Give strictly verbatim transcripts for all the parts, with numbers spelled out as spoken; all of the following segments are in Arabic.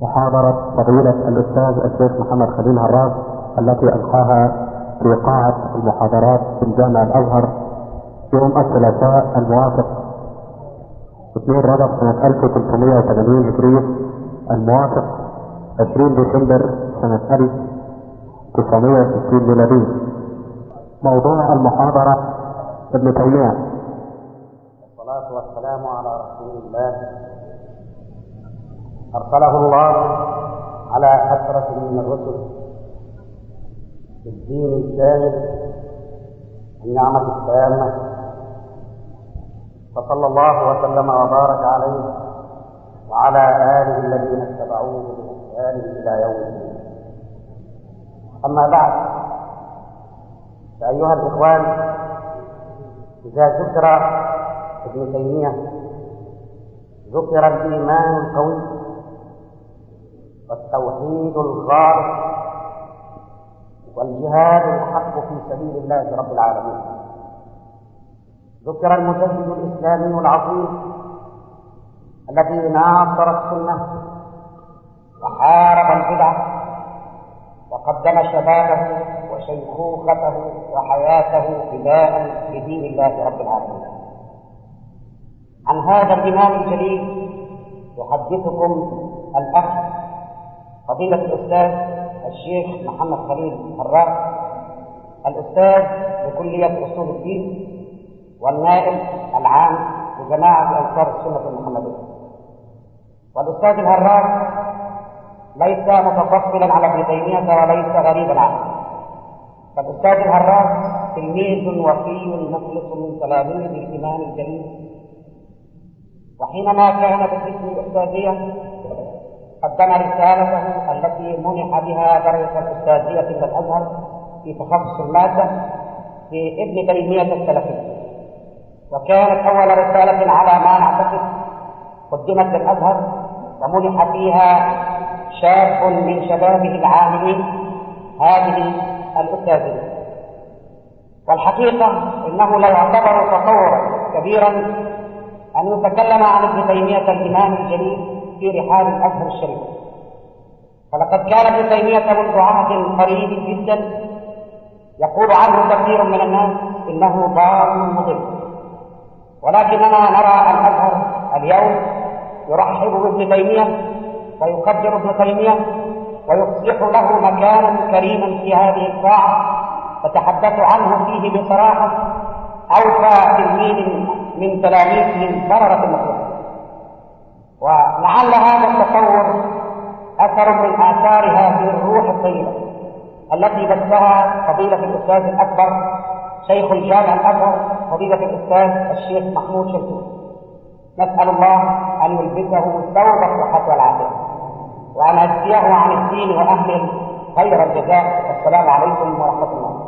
محاضرة فضيلة الأستاذ الشيخ محمد خليل هراس التي ألقاها في قاعة المحاضرات في الجامع الأزهر يوم الثلاثاء الموافق اثنين رجب سنة ألف وثلاثمائة وثمانين هجرية الموافق عشرين ديسمبر سنة ألف وتسعمائة وستين ميلادية. موضوع المحاضرة ابن تيمية. والصلاة والسلام على رسول الله أرسله الله على فترة من الرسل بالدين الكامل النعمة التامة، فصلى الله وسلم وبارك عليه وعلى آله الذين اتبعوه بإحسان إلى يوم الدين. أما بعد، فأيها الإخوان، إذا ذكر ابن تيمية ذكر الإيمان القوي والتوحيد الخالص والجهاد الحق في سبيل الله رب العالمين. ذكر المجدد الإسلامي العظيم الذي ناصر السنة وحارب البدعة وقدم شبابه وشيخوخته وحياته فداء لدين الله رب العالمين. عن هذا الإمام الجليل يحدثكم الأخ فضيلة الأستاذ الشيخ محمد خليل هراس، الأستاذ بكلية أصول الدين والنائب العام لجماعة أنصار السنة المحمدية. والأستاذ الهراس ليس متطفلا على ابن تيمية وليس غريبا عنه، فالأستاذ الهراس تلميذ وفي مخلص من تلاميذ الإمام الجليل، وحينما كان بالاسم الأستاذية قدم رسالته التي منح بها درجة الأستاذية في الأزهر في تخصص المادة في ابن تيمية السلفي، وكانت أول رسالة على ما نعتقد قدمت للأزهر ومنح فيها شاب من شبابه العاملين هذه الأستاذية. والحقيقة إنه لا يعتبر تطورا كبيرا أن يتكلم عن ابن تيمية الإمام الجليل في رحاب الأزهر الشريف، فلقد كان ابن تيمية منذ عهد قريب جدا يقول عنه كثير من الناس إنه ضال مضل، ولكننا نرى الأزهر اليوم يرحب بابن تيمية ويقدر ابن تيمية ويصلح له مكانا كريما في هذه الساعة، فتحدث عنه فيه بصراحة أوفى تلميذ من تلاميذه بررة المخلص. ولعل هذا التصور أثر من آثار هذه الروح الطيبة التي بثها فضيلة الأستاذ الأكبر شيخ الجامع الأزهر فضيلة الأستاذ الشيخ محمود شلتوت. نسأل الله أن يلبسه ثوب الصحة والعافية وأن يجزيه عن الدين وأهله خير الجزاء. والسلام عليكم ورحمة الله.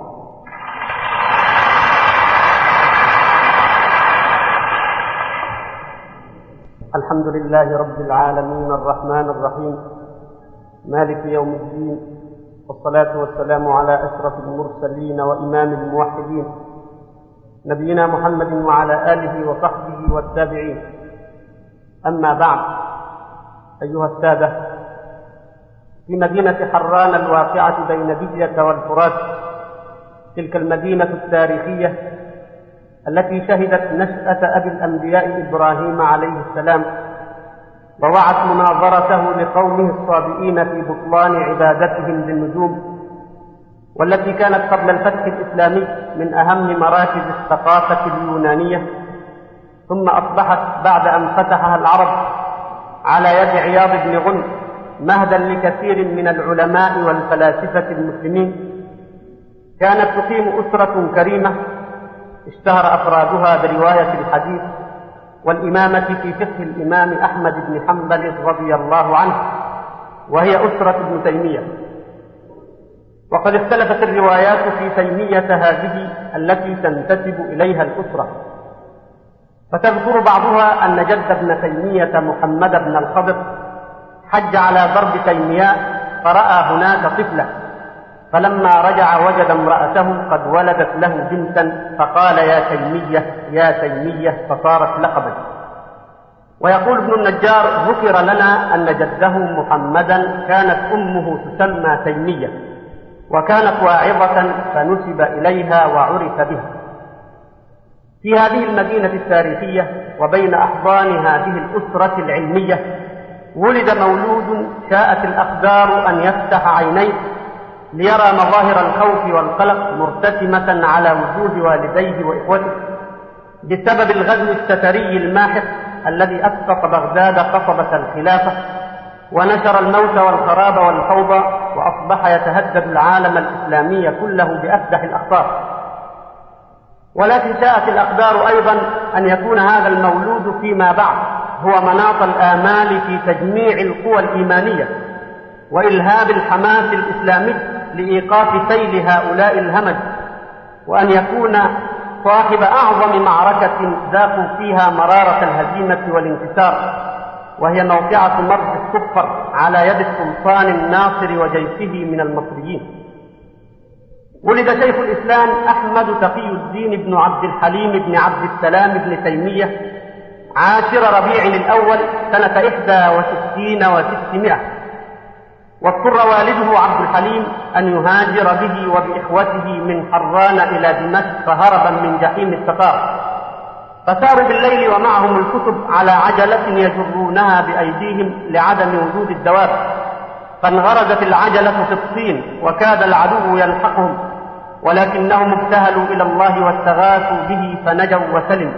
الحمد لله رب العالمين الرحمن الرحيم مالك يوم الدين، والصلاة والسلام على أشرف المرسلين وإمام الموحدين نبينا محمد وعلى آله وصحبه والتابعين. أما بعد، أيها السادة، في مدينة حران الواقعة بين دجلة والفرات، تلك المدينة التاريخية التي شهدت نشأة أبي الأنبياء إبراهيم عليه السلام ووعت مناظرته لقومه الصابئين في بطلان عبادتهم للنجوم، والتي كانت قبل الفتح الإسلامي من أهم مراكز الثقافة اليونانية، ثم أصبحت بعد أن فتحها العرب على يد عياض بن غنم مهدا لكثير من العلماء والفلاسفة المسلمين. كانت تقيم أسرة كريمة اشتهر أفرادها برواية الحديث والإمامة في فقه الإمام أحمد بن حنبل رضي الله عنه، وهي أسرة ابن تيمية. وقد اختلفت الروايات في تيمية هذه التي تنتسب إليها الأسرة، فتذكر بعضها أن جد ابن تيمية محمد بن الخضر حج على ضرب تيمياء فرأى هناك طفلة، فلما رجع وجد امرأته قد ولدت له بنتا فقال يا تيمية يا تيمية فصارت لقبا. ويقول ابن النجار: ذكر لنا أن جده محمدا كانت أمه تسمى تيمية، وكانت واعظة فنسب إليها وعرف بها. في هذه المدينة التاريخية وبين أحضان هذه الأسرة العلمية ولد مولود شاءت الأقدار أن يفتح عينيه ليرى مظاهر الخوف والقلق مرتسمة على وجوه والديه وإخوته بسبب الغزو التتري الماحق الذي أسقط بغداد قصبة الخلافة ونشر الموت والخراب والفوضى، وأصبح يتهدد العالم الإسلامي كله بأفدح الأخطار. ولكن شاءت الأقدار أيضا أن يكون هذا المولود فيما بعد هو مناط الآمال في تجميع القوى الإيمانية وإلهاب الحماس الإسلامي لإيقاف سيل هؤلاء الهمج، وأن يكون صاحب أعظم معركة ذاقوا فيها مرارة الهزيمة والانكسار، وهي موقعة مرج الصفر على يد السلطان الناصر وجيشه من المصريين. ولد شيخ الإسلام أحمد تقي الدين بن عبد الحليم بن عبد السلام بن تيمية عاشر ربيع الأول سنة إحدى وستين وستمائة، واضطر والده عبد الحليم أن يهاجر به وبإخوته من حران إلى دمشق هربا من جحيم التتار، فساروا بالليل ومعهم الكتب على عجلة يجرونها بأيديهم لعدم وجود الدواب، فانغرزت العجلة في الطين وكاد العدو يلحقهم، ولكنهم ابتهلوا إلى الله واستغاثوا به فنجوا وسلموا.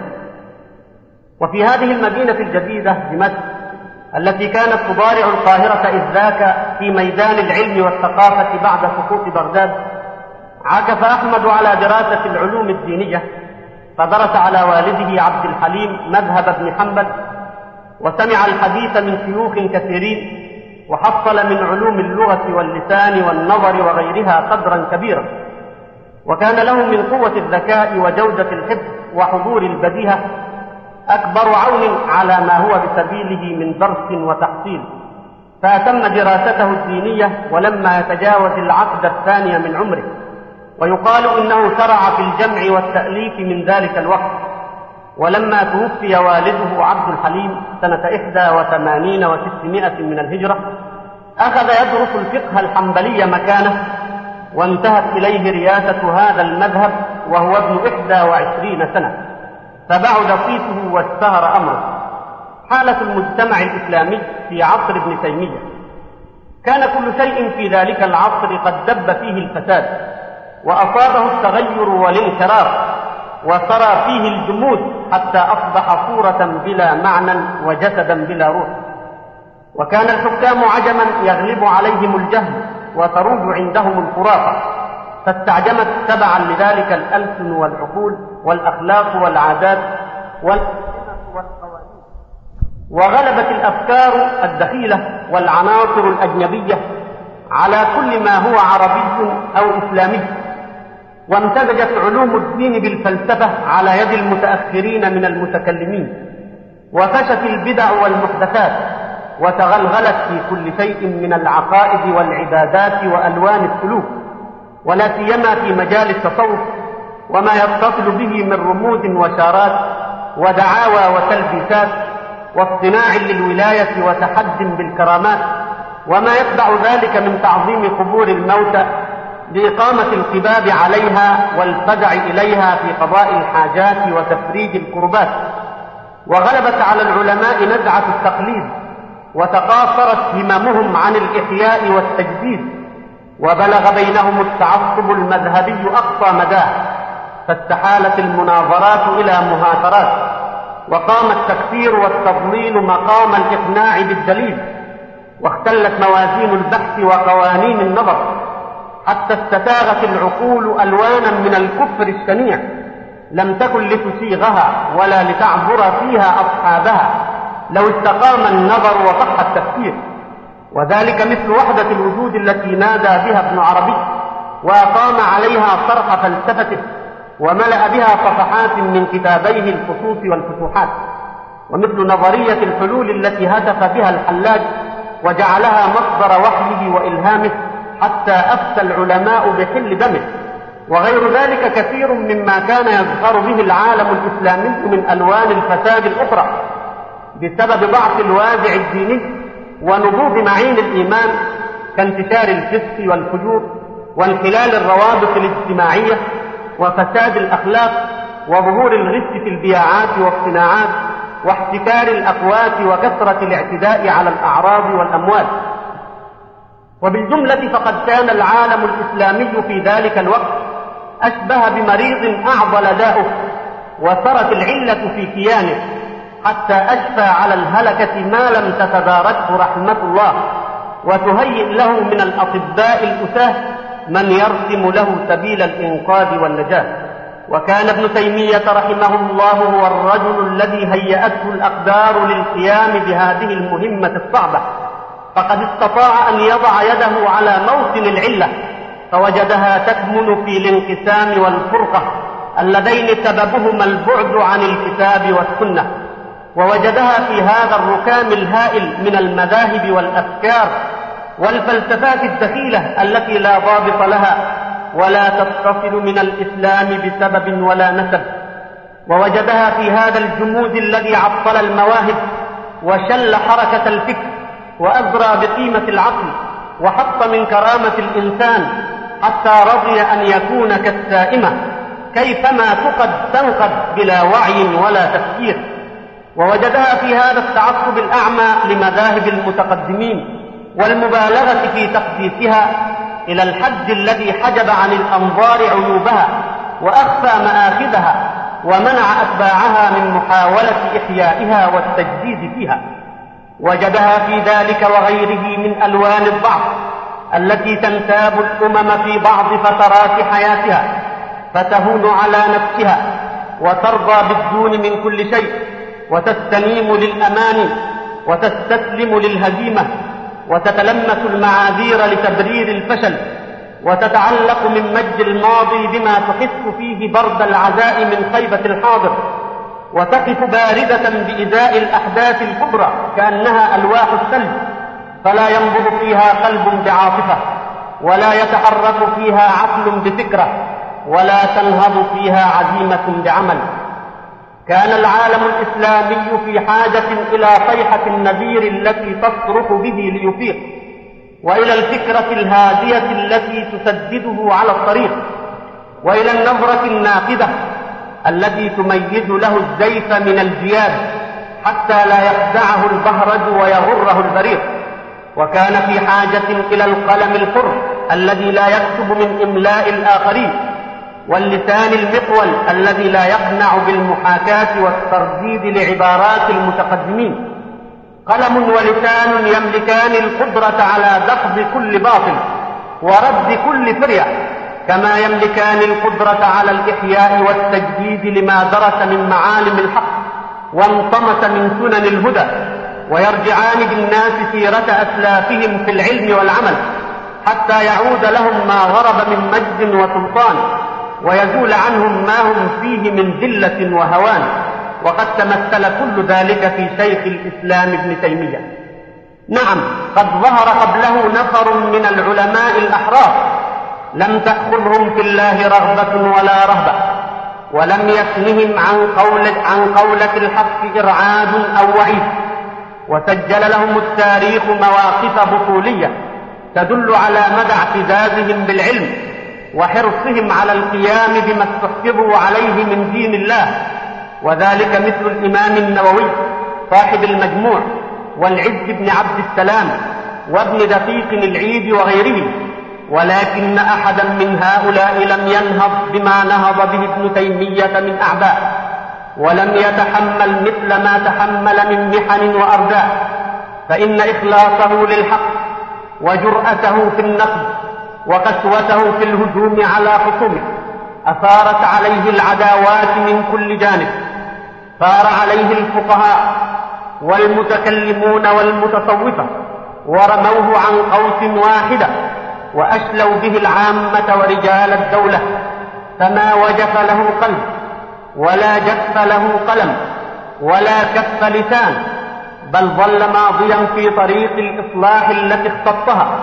وفي هذه المدينة الجديدة دمشق التي كانت تضارع القاهرة إذ ذاك في ميدان العلم والثقافة بعد سقوط بغداد، عكف أحمد على دراسة العلوم الدينية، فدرس على والده عبد الحليم مذهب ابن حنبل، وسمع الحديث من شيوخ كثيرين، وحصل من علوم اللغة واللسان والنظر وغيرها قدرا كبيرا، وكان له من قوة الذكاء وجودة الحفظ وحضور البديهة أكبر عون على ما هو بسبيله من درس وتحصيل، فأتم دراسته الدينية ولما يتجاوز العقد الثانية من عمره، ويقال إنه شرع في الجمع والتأليف من ذلك الوقت. ولما توفي والده عبد الحليم سنة إحدى وثمانين وستمائة من الهجرة أخذ يدرس الفقه الحنبلي مكانه، وانتهت إليه رياسة هذا المذهب وهو ابن إحدى وعشرين سنة، فبعد صيته واشتهر أمره. حالة المجتمع الإسلامي في عصر ابن تيمية: كان كل شيء في ذلك العصر قد دب فيه الفساد، وأصابه التغير والانحراف، وسرى فيه الجمود حتى أصبح صورة بلا معنى وجسدا بلا روح. وكان الحكام عجما يغلب عليهم الجهل وتروج عندهم الخرافة، فاستعجمت تبعا لذلك الألسن والعقول والأخلاق والعادات والقوانين، وغلبت الأفكار الدخيلة والعناصر الأجنبية على كل ما هو عربي أو إسلامي، وامتزجت علوم الدين بالفلسفة على يد المتأخرين من المتكلمين، وفشت البدع والمحدثات، وتغلغلت في كل شيء من العقائد والعبادات وألوان السلوك، ولا سيما في مجال التصوف وما يتصل به من رموز وشارات ودعاوى وتلبيسات واصطناع للولاية وتحد بالكرامات، وما يتبع ذلك من تعظيم قبور الموتى بإقامة القباب عليها والفزع إليها في قضاء الحاجات وتفريج الكربات. وغلبت على العلماء نزعة التقليد، وتقاصرت هممهم عن الإحياء والتجديد، وبلغ بينهم التعصب المذهبي أقصى مداه، فاستحالت المناظرات إلى مهاترات، وقام التكفير والتضليل مقام الإقناع بالدليل، واختلت موازين البحث وقوانين النظر، حتى استساغت العقول ألوانا من الكفر الشنيع لم تكن لتسيغها ولا لتعبر فيها أصحابها لو استقام النظر وصح التفكير. وذلك مثل وحدة الوجود التي نادى بها ابن عربي وأقام عليها صرح فلسفته، وملأ بها صفحات من كتابيه الفصوص والفتوحات، ومثل نظرية الحلول التي هتف بها الحلاج وجعلها مصدر وحيه وإلهامه حتى أفتى العلماء بحل دمه، وغير ذلك كثير مما كان يظهر به العالم الإسلامي من ألوان الفساد الأخرى. بسبب ضعف الوازع الديني ونضوض معين الإيمان كانتشار الفسق والفجور وانحلال الروابط الاجتماعية وفساد الأخلاق وظهور الغش في البياعات والصناعات واحتكار الأقوات وكثرة الاعتداء على الأعراض والأموال. وبالجملة فقد كان العالم الإسلامي في ذلك الوقت أشبه بمريض أعضل داؤه وسرت العلة في كيانه حتى أشفى على الهلكة ما لم تتداركه رحمة الله وتهيئ له من الأطباء الأساه من يرسم له سبيل الإنقاذ والنجاة. وكان ابن تيمية رحمه الله هو الرجل الذي هيأته الأقدار للقيام بهذه المهمة الصعبة، فقد استطاع أن يضع يده على موطن العلة فوجدها تكمن في الانقسام والفرقة اللذين سببهما البعد عن الكتاب والسنة، ووجدها في هذا الركام الهائل من المذاهب والأفكار والفلسفات الدخيلة التي لا ضابط لها ولا تتصل من الإسلام بسبب ولا نسب، ووجدها في هذا الجمود الذي عطل المواهب وشل حركة الفكر وأزرى بقيمة العقل وحط من كرامة الإنسان حتى رضي أن يكون كالسائمة كيفما تقد تنقد بلا وعي ولا تفكير. ووجدها في هذا التعصب الأعمى لمذاهب المتقدمين والمبالغة في تقديسها إلى الحد الذي حجب عن الأنظار عيوبها وأخفى مآخذها ومنع أتباعها من محاولة إحيائها والتجديد فيها. وجدها في ذلك وغيره من ألوان الضعف التي تنتاب الأمم في بعض فترات حياتها فتهون على نفسها وترضى بالدون من كل شيء وتستنيم للأمان وتستسلم للهزيمة وتتلمس المعاذير لتبرير الفشل وتتعلق من مجد الماضي بما تحس فيه برد العزاء من خيبة الحاضر وتقف باردة بإزاء الأحداث الكبرى كأنها ألواح الثلج فلا ينبض فيها قلب بعاطفة ولا يتحرك فيها عقل بفكرة ولا تنهض فيها عزيمة بعمل. كان العالم الإسلامي في حاجة إلى صيحة النذير التي تصرخ به ليفيق وإلى الفكرة الهادية التي تسدده على الطريق وإلى النظرة الناقدة التي تميز له الزيف من الجياد حتى لا يخدعه البهرج ويغره البريق. وكان في حاجة إلى القلم الحر الذي لا يكتب من إملاء الآخرين واللسان المقول الذي لا يقنع بالمحاكاة والترديد لعبارات المتقدمين. قلم ولسان يملكان القدرة على دحض كل باطل ورد كل فرية كما يملكان القدرة على الإحياء والتجديد لما درس من معالم الحق وانطمس من سنن الهدى ويرجعان بالناس سيرة أسلافهم في العلم والعمل حتى يعود لهم ما غرب من مجد وسلطان ويزول عنهم ما هم فيه من ذلة وهوان. وقد تمثل كل ذلك في شيخ الإسلام ابن تيمية. نعم، قد ظهر قبله نفر من العلماء الأحرار لم تأخذهم في الله رغبة ولا رهبة ولم يثنهم عن قولة, عن قولة الحق إرعاد أو وعيد، وسجل لهم التاريخ مواقف بطولية تدل على مدى اعتزازهم بالعلم وحرصهم على القيام بما استحفظوا عليه من دين الله، وذلك مثل الإمام النووي صاحب المجموع والعز بن عبد السلام وابن دقيق العيد وغيره. ولكن أحدا من هؤلاء لم ينهض بما نهض به ابن تيمية من أعباء ولم يتحمل مثل ما تحمل من محن وأرداء، فإن إخلاصه للحق وجرأته في النقد وقسوته في الهجوم على خصومه أثارت عليه العداوات من كل جانب. ثار عليه الفقهاء والمتكلمون والمتصوفة ورموه عن قوس واحدة وأشلوا به العامة ورجال الدولة، فما وجف له قلب ولا جف له قلم ولا كف لسان، بل ظل ماضيا في طريق الإصلاح التي اختطها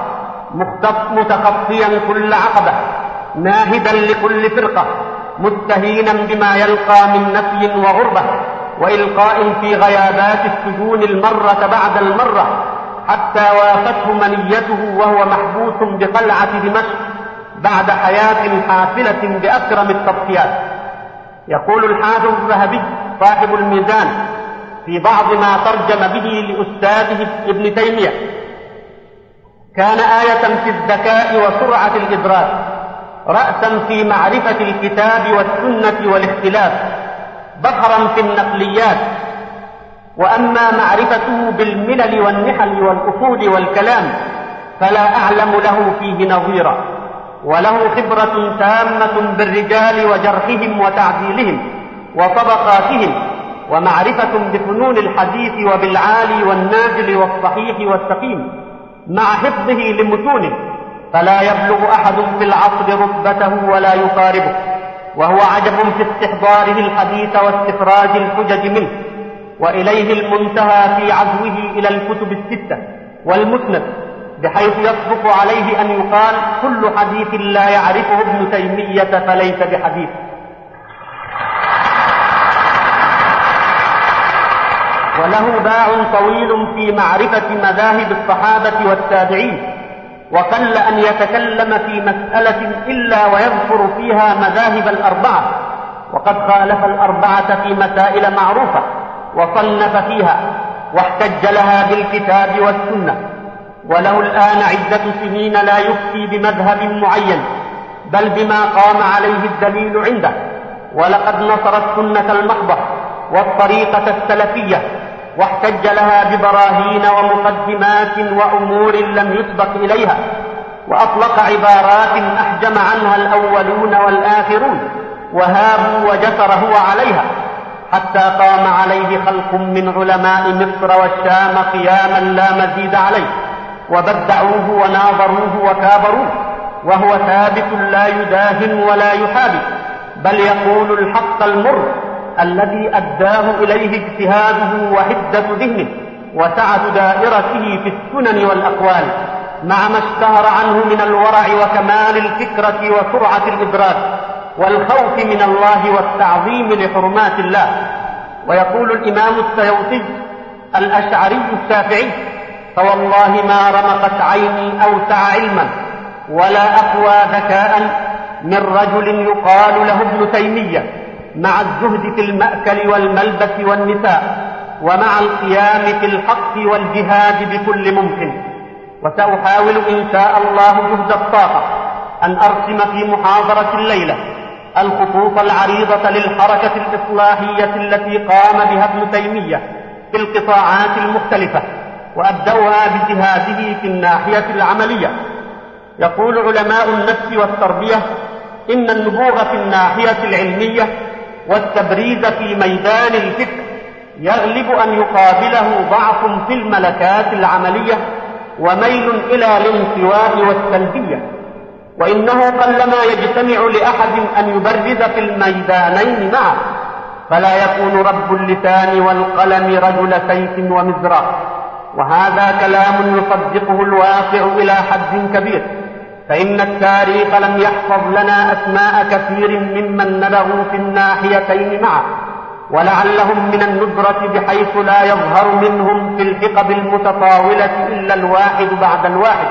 متخطيا كل عقبة ناهدا لكل فرقة مستهينا بما يلقى من نفي وغربة وإلقاء في غيابات السجون المرة بعد المرة، حتى وافته منيته وهو محبوس بقلعة دمشق بعد حياة حافلة بأكرم التضحيات. يقول الحافظ الذهبي صاحب الميزان في بعض ما ترجم به لأستاذه ابن تيمية: كان آية في الذكاء وسرعة الإدراك، رأسا في معرفة الكتاب والسنة والاختلاف، بحرا في النقليات. وأما معرفته بالملل والنحل والأصول والكلام فلا أعلم له فيه نظيرا، وله خبرة تامة بالرجال وجرحهم وتعديلهم وطبقاتهم، ومعرفة بفنون الحديث وبالعالي والنازل والصحيح والسقيم، مع حفظه لمتونه، فلا يبلغ أحد في العصر رتبته ولا يقاربه، وهو عجب في استحضاره الحديث واستخراج الحجج منه، وإليه المنتهى في عزوه إلى الكتب الستة والمسند، بحيث يصدق عليه أن يقال: كل حديث لا يعرفه ابن تيمية فليس بحديث. وله باع طويل في معرفة مذاهب الصحابة والتابعين، وقل أن يتكلم في مسألة إلا ويذكر فيها مذاهب الأربعة، وقد خالف الأربعة في مسائل معروفة وصنف فيها واحتج لها بالكتاب والسنة. وله الآن عدة سنين لا يفتي بمذهب معين، بل بما قام عليه الدليل عنده، ولقد نصر السنة المحضة والطريقة السلفية، واحتج لها ببراهين ومقدمات وأمور لم يسبق إليها، وأطلق عبارات أحجم عنها الأولون والآخرون، وهابوا وجسر هو عليها، حتى قام عليه خلق من علماء مصر والشام قياما لا مزيد عليه، وبدعوه وناظروه وكابروه، وهو ثابت لا يداهن ولا يحابي، بل يقول الحق المر الذي أداه إليه اجتهاده وحدة ذهنه وسعة دائرته في السنن والأقوال، مع ما اشتهر عنه من الورع وكمال الفكرة وسرعة الإدراك والخوف من الله والتعظيم لحرمات الله. ويقول الإمام السيوطي الأشعري الشافعي: فوالله ما رمقت عيني أوسع علما ولا أقوى ذكاء من رجل يقال له ابن تيمية، مع الزهد في المأكل والملبس والنساء، ومع القيام في الحق والجهاد بكل ممكن. وسأحاول إن شاء الله جهد الطاقة أن أرسم في محاضرة الليلة الخطوط العريضة للحركة الإصلاحية التي قام بها ابن تيمية في القطاعات المختلفة، وأبدأها بجهاده في الناحية العملية. يقول علماء النفس والتربية إن النبوغ في الناحية العلمية والتبريز في ميدان الفكر يغلب أن يقابله ضعف في الملكات العملية وميل إلى الانطواء والسلبية، وإنه قلما يجتمع لأحد أن يبرز في الميدانين معه، فلا يكون رب اللسان والقلم رجل سيف ومزراق. وهذا كلام يصدقه الواقع إلى حد كبير، فإن التاريخ لم يحفظ لنا أسماء كثير ممن نبغوا في الناحيتين معه، ولعلهم من الندرة بحيث لا يظهر منهم في الحقب المتطاولة إلا الواحد بعد الواحد.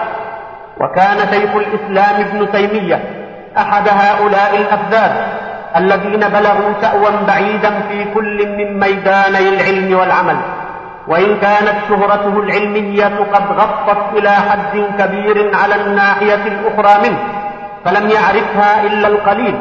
وكان شيخ الإسلام ابن تيمية أحد هؤلاء الأفذاذ الذين بلغوا سأوا بعيدا في كل من ميداني العلم والعمل، وإن كانت شهرته العلمية قد غطت إلى حد كبير على الناحية الأخرى منه، فلم يعرفها إلا القليل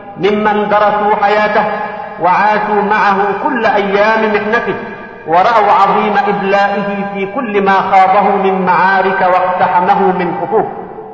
ممن درسوا حياته وعاشوا معه كل أيام محنته، ورأوا عظيم إبلائه في كل ما خاضه من معارك واقتحمه من خطوط.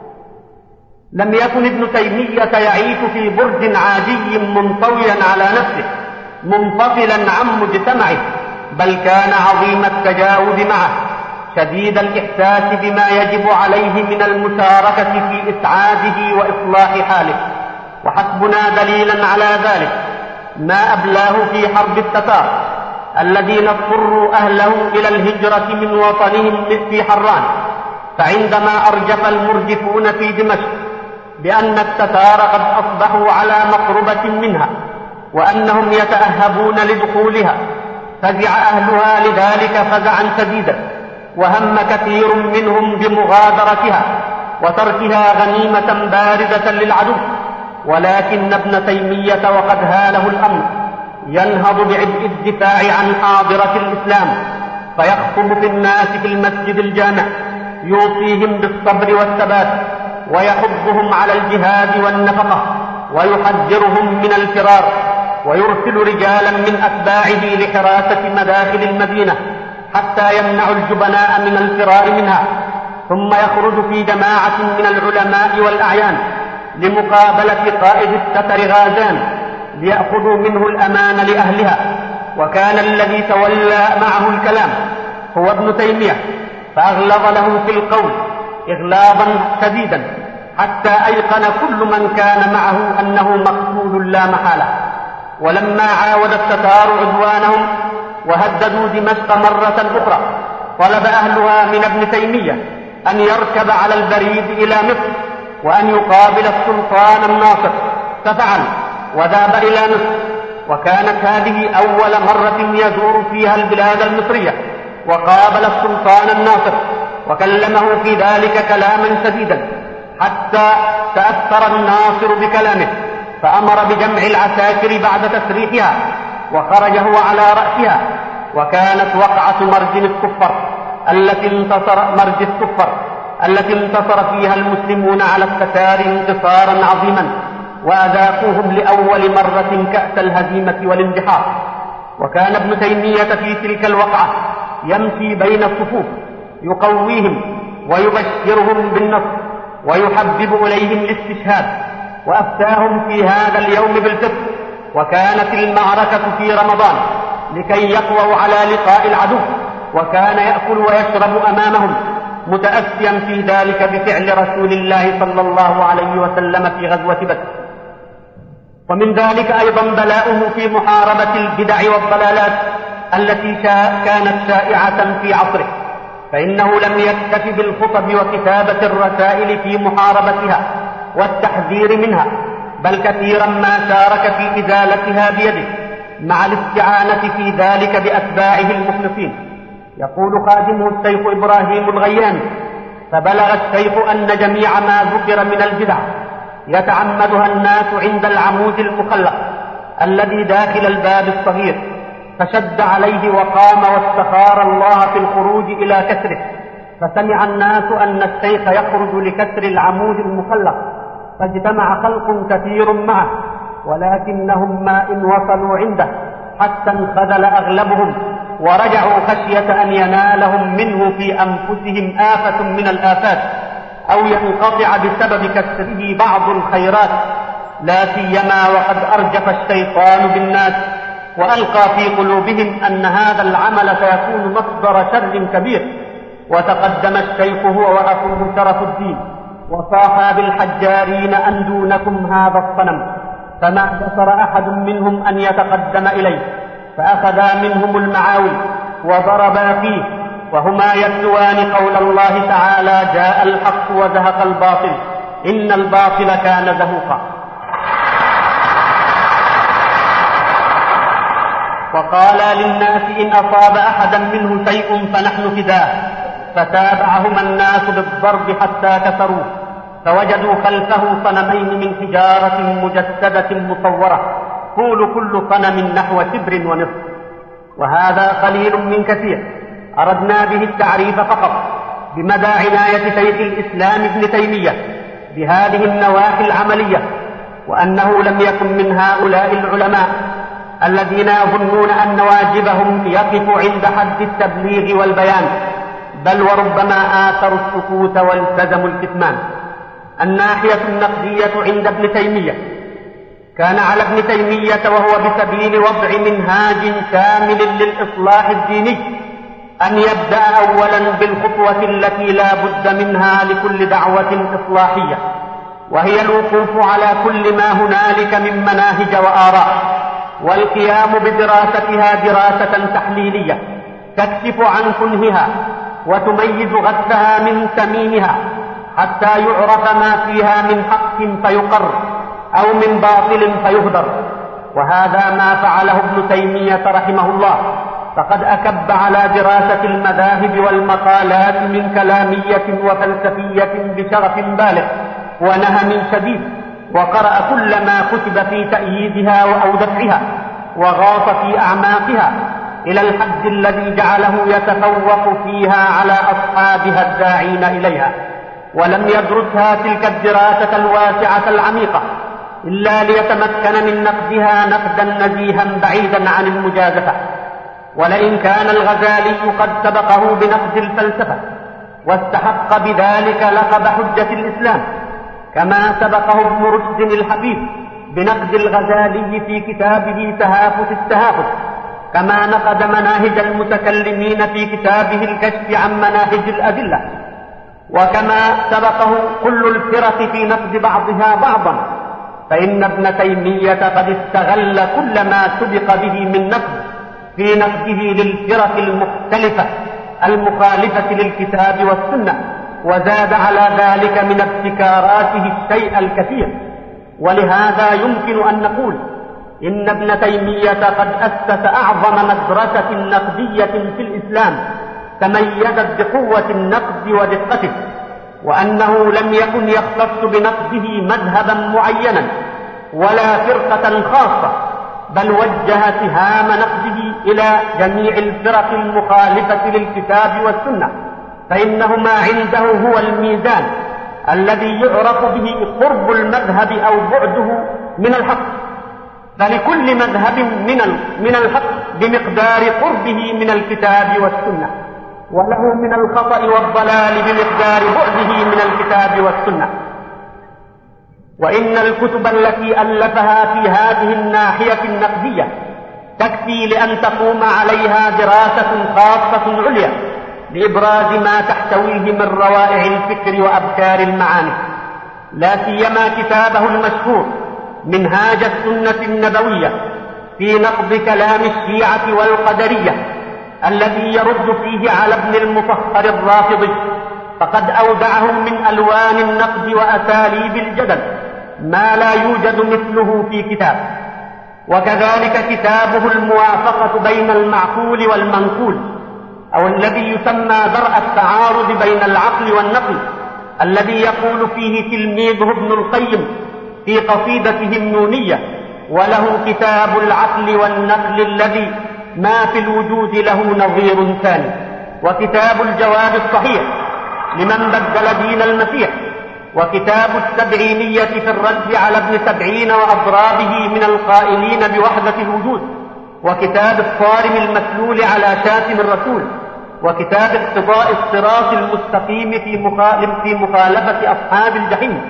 لم يكن ابن تيمية يعيش في برج عادي منطويا على نفسه منفصلا عن مجتمعه، بل كان عظيم التجاوز معه، شديد الإحساس بما يجب عليه من المشاركة في إسعاده وإصلاح حاله. وحسبنا دليلا على ذلك ما أبلاه في حرب التتار الذين اضطروا أهله إلى الهجرة من وطنهم في حران، فعندما أرجف المرجفون في دمشق بأن التتار قد أصبحوا على مقربة منها وأنهم يتأهبون لدخولها، فزع أهلها لذلك فزعا شديدا، وهم كثير منهم بمغادرتها وتركها غنيمة بارزة للعدو. ولكن ابن تيمية وقد هاله الأمر ينهض بعبء الدفاع عن حاضرة الإسلام، فيخطب في الناس في المسجد الجامع يوصيهم بالصبر والثبات، ويحضهم على الجهاد والنفقة، ويحذرهم من الفرار، ويرسل رجالا من أتباعه لحراسة مداخل المدينة حتى يمنع الجبناء من الفرار منها. ثم يخرج في جماعة من العلماء والأعيان لمقابلة قائد الستر غازان ليأخذوا منه الأمان لأهلها. وكان الذي تولى معه الكلام هو ابن تيمية، فأغلظ له في القول إغلاظا شديدا حتى أيقن كل من كان معه أنه مقتول لا محالة. ولما عاود التتار عدوانهم وهددوا دمشق مرة أخرى، طلب أهلها من ابن تيمية أن يركب على البريد إلى مصر وأن يقابل السلطان الناصر، ففعل وذهب إلى مصر. وكانت هذه أول مرة يزور فيها البلاد المصرية، وقابل السلطان الناصر وكلمه في ذلك كلاما شديدا حتى تأثر الناصر بكلامه، فأمر بجمع العساكر بعد تسريحها وخرج هو على رأسها. وكانت وقعة مرج الكفر التي انتصر مرج الكفر التي انتصر فيها المسلمون على التتار انتصارا عظيما، وأذاقوهم لأول مرة كأس الهزيمة والاندحار. وكان ابن تيمية في تلك الوقعة يمشي بين الصفوف يقويهم ويبشرهم بالنصر ويحبب إليهم الاستشهاد، وأفتاهم في هذا اليوم بالفطر. وكانت المعركة في رمضان لكي يقووا على لقاء العدو، وكان يأكل ويشرب أمامهم متأسيا في ذلك بفعل رسول الله صلى الله عليه وسلم في غزوة بدر. ومن ذلك أيضا بلاؤه في محاربة البدع والضلالات التي كانت شائعة في عصره، فإنه لم يكتف بالخطب وكتابة الرسائل في محاربتها والتحذير منها، بل كثيرا ما شارك في إزالتها بيده، مع الاستعانة في ذلك بأتباعه المخلصين. يقول خادمه الشيخ إبراهيم الغيان: فبلغ الشيخ أن جميع ما ذكر من البدع يتعمدها الناس عند العمود المخلق الذي داخل الباب الصغير، فشد عليه وقام واستخار الله في الخروج إلى كسره، فسمع الناس أن الشيخ يخرج لكسر العمود المخلق، فاجتمع خلق كثير معه، ولكنهم ما إن وصلوا عنده حتى انخذل أغلبهم ورجعوا خشية أن ينالهم منه في أنفسهم آفة من الآفات، أو ينقطع بسبب كسره بعض الخيرات، لا سيما وقد أرجف الشيطان بالناس وألقى في قلوبهم أن هذا العمل سيكون مصدر شر كبير. وتقدم الشيخ هو وأخوه شرف الدين وصاحا بالحجارين أن دونكم هذا الصنم، فما جسر أحد منهم أن يتقدم إليه، فأخذا منهم المعاوي وضربا فيه، وهما يتلوان قول الله تعالى: جاء الحق وزهق الباطل إن الباطل كان زهوقا. وقالا للناس: إن أصاب أحدا منه شيء فنحن فداه، فتابعهما الناس بالضرب حتى كسروه، فوجدوا خلفه صنمين من حجارة مجسدة مصورة، طول كل صنم نحو شبر ونصف. وهذا قليل من كثير، أردنا به التعريف فقط بمدى عناية شيخ الإسلام ابن تيمية بهذه النواحي العملية، وأنه لم يكن من هؤلاء العلماء الذين يظنون أن واجبهم يقف عند حد التبليغ والبيان، بل وربما آثروا السكوت والتزموا الكتمان. الناحية النقدية عند ابن تيمية: كان على ابن تيمية وهو بسبيل وضع منهاج كامل للإصلاح الديني أن يبدأ أولا بالخطوة التي لا بد منها لكل دعوة إصلاحية، وهي الوقوف على كل ما هنالك من مناهج وآراء، والقيام بدراستها دراسة تحليلية تكشف عن كنهها وتميز غثها من سمينها، حتى يعرف ما فيها من حق فيقر أو من باطل فيهدر. وهذا ما فعله ابن تيمية رحمه الله، فقد أكب على دراسة المذاهب والمقالات من كلامية وفلسفية بشغف بالغ ونهم شديد، وقرأ كل ما كتب في تأييدها أو دفعها، وغاص في أعماقها إلى الحد الذي جعله يتفوق فيها على أصحابها الداعين إليها، ولم يدرسها تلك الدراسة الواسعة العميقة إلا ليتمكن من نقدها نقدا نزيها بعيدا عن المجازفة. ولئن كان الغزالي قد سبقه بنقد الفلسفة واستحق بذلك لقب حجة الإسلام، كما سبقه ابن رشد الحفيد بنقد الغزالي في كتابه تهافت التهافت، كما نقد مناهج المتكلمين في كتابه الكشف عن مناهج الأدلة، وكما سبقه كل الفرق في نقد بعضها بعضا. فإن ابن تيمية قد استغل كل ما سبق به من نقد في نقده للفرق المختلفة المخالفة للكتاب والسنة، وزاد على ذلك من ابتكاراته الشيء الكثير. ولهذا يمكن أن نقول إن ابن تيمية قد أسس أعظم مدرسة نقدية في الإسلام تميزت بقوة النقد ودقته، وأنه لم يكن يختص بنقده مذهبا معينا ولا فرقة خاصة، بل وجه سهام نقده إلى جميع الفرق المخالفة للكتاب والسنة، فإنهما عنده هو الميزان الذي يعرف به قرب المذهب أو بعده من الحق، فلكل مذهب من الحق بمقدار قربه من الكتاب والسنة، وله من الخطأ والضلال بمقدار بعده من الكتاب والسنة. وإن الكتب التي ألفها في هذه الناحية النقدية تكفي لأن تقوم عليها دراسة خاصة عليا لإبراز ما تحتويه من روائع الفكر وأبكار المعاني، لا سيما كتابه المشهور منهاج السنة النبوية في نقد كلام الشيعة والقدرية الذي يرد فيه على ابن المطهر الرافضي، فقد أودعهم من ألوان النقد وأساليب الجدل ما لا يوجد مثله في كتاب. وكذلك كتابه الموافقة بين المعقول والمنقول، أو الذي يسمى درء التعارض بين العقل والنقل، الذي يقول فيه تلميذه ابن القيم في قصيدته النونية: وله كتاب العقل والنقل الذي ما في الوجود له نظير ثاني، وكتاب الجواب الصحيح لمن بدل دين المسيح، وكتاب السبعينية في الرد على ابن سبعين وأضرابه من القائلين بوحدة الوجود، وكتاب الصارم المسلول على شاتم الرسول، وكتاب اقتضاء الصراط المستقيم في مخالفة أصحاب الجحيم،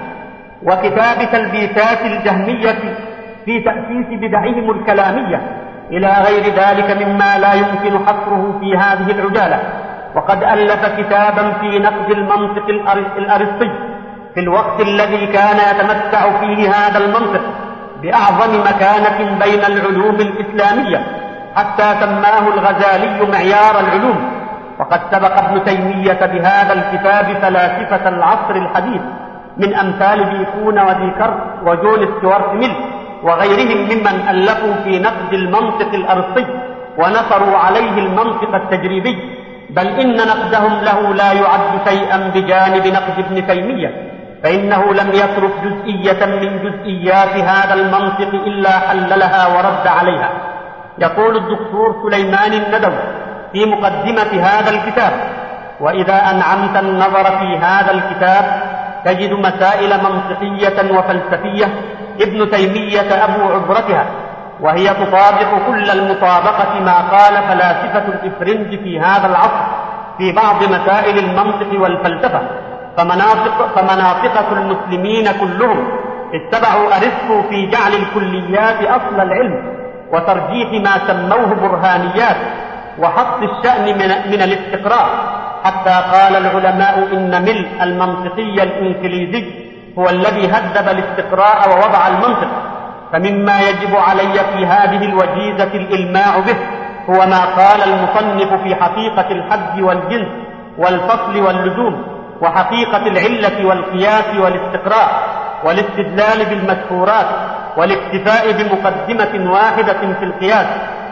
وكتاب تلبيسات الجهمية في تأسيس بدعهم الكلامية، إلى غير ذلك مما لا يمكن حصره في هذه العجالة. وقد ألف كتابا في نقد المنطق الأرسطي في الوقت الذي كان يتمتع فيه هذا المنطق بأعظم مكانة بين العلوم الإسلامية، حتى سماه الغزالي معيار العلوم. وقد سبق ابن تيمية بهذا الكتاب فلاسفة العصر الحديث من أمثال بيكون وديكارت وجون ستيوارت ميل وغيرهم ممن ألفوا في نقد المنطق الأرسطي ونصروا عليه المنطق التجريبي، بل إن نقدهم له لا يعد شيئا بجانب نقد ابن تيمية، فإنه لم يترك جزئية من جزئيات هذا المنطق إلا حللها ورد عليها. يقول الدكتور سليمان الندوي في مقدمة هذا الكتاب: وإذا أنعمت النظر في هذا الكتاب تجد مسائل منطقية وفلسفية ابن تيمية أبو عبرتها، وهي تطابق كل المطابقة ما قال فلاسفة الإفرنج في هذا العصر في بعض مسائل المنطق والفلسفة. فمناطق فمناطقة المسلمين كلهم اتبعوا أرسطو في جعل الكليات أصل العلم وترجيح ما سموه برهانيات وحط الشأن من, من الاستقراء، حتى قال العلماء إن ملء المنطقي الإنجليزي هو الذي هذب الاستقراء ووضع المنطق. فمما يجب علي في هذه الوجيزة الإلماع به هو ما قال المصنف في حقيقة الحد والجنس والفصل واللزوم، وحقيقة العلة والقياس والاستقراء والاستدلال بالمشهورات والاكتفاء بمقدمة واحدة في القياس،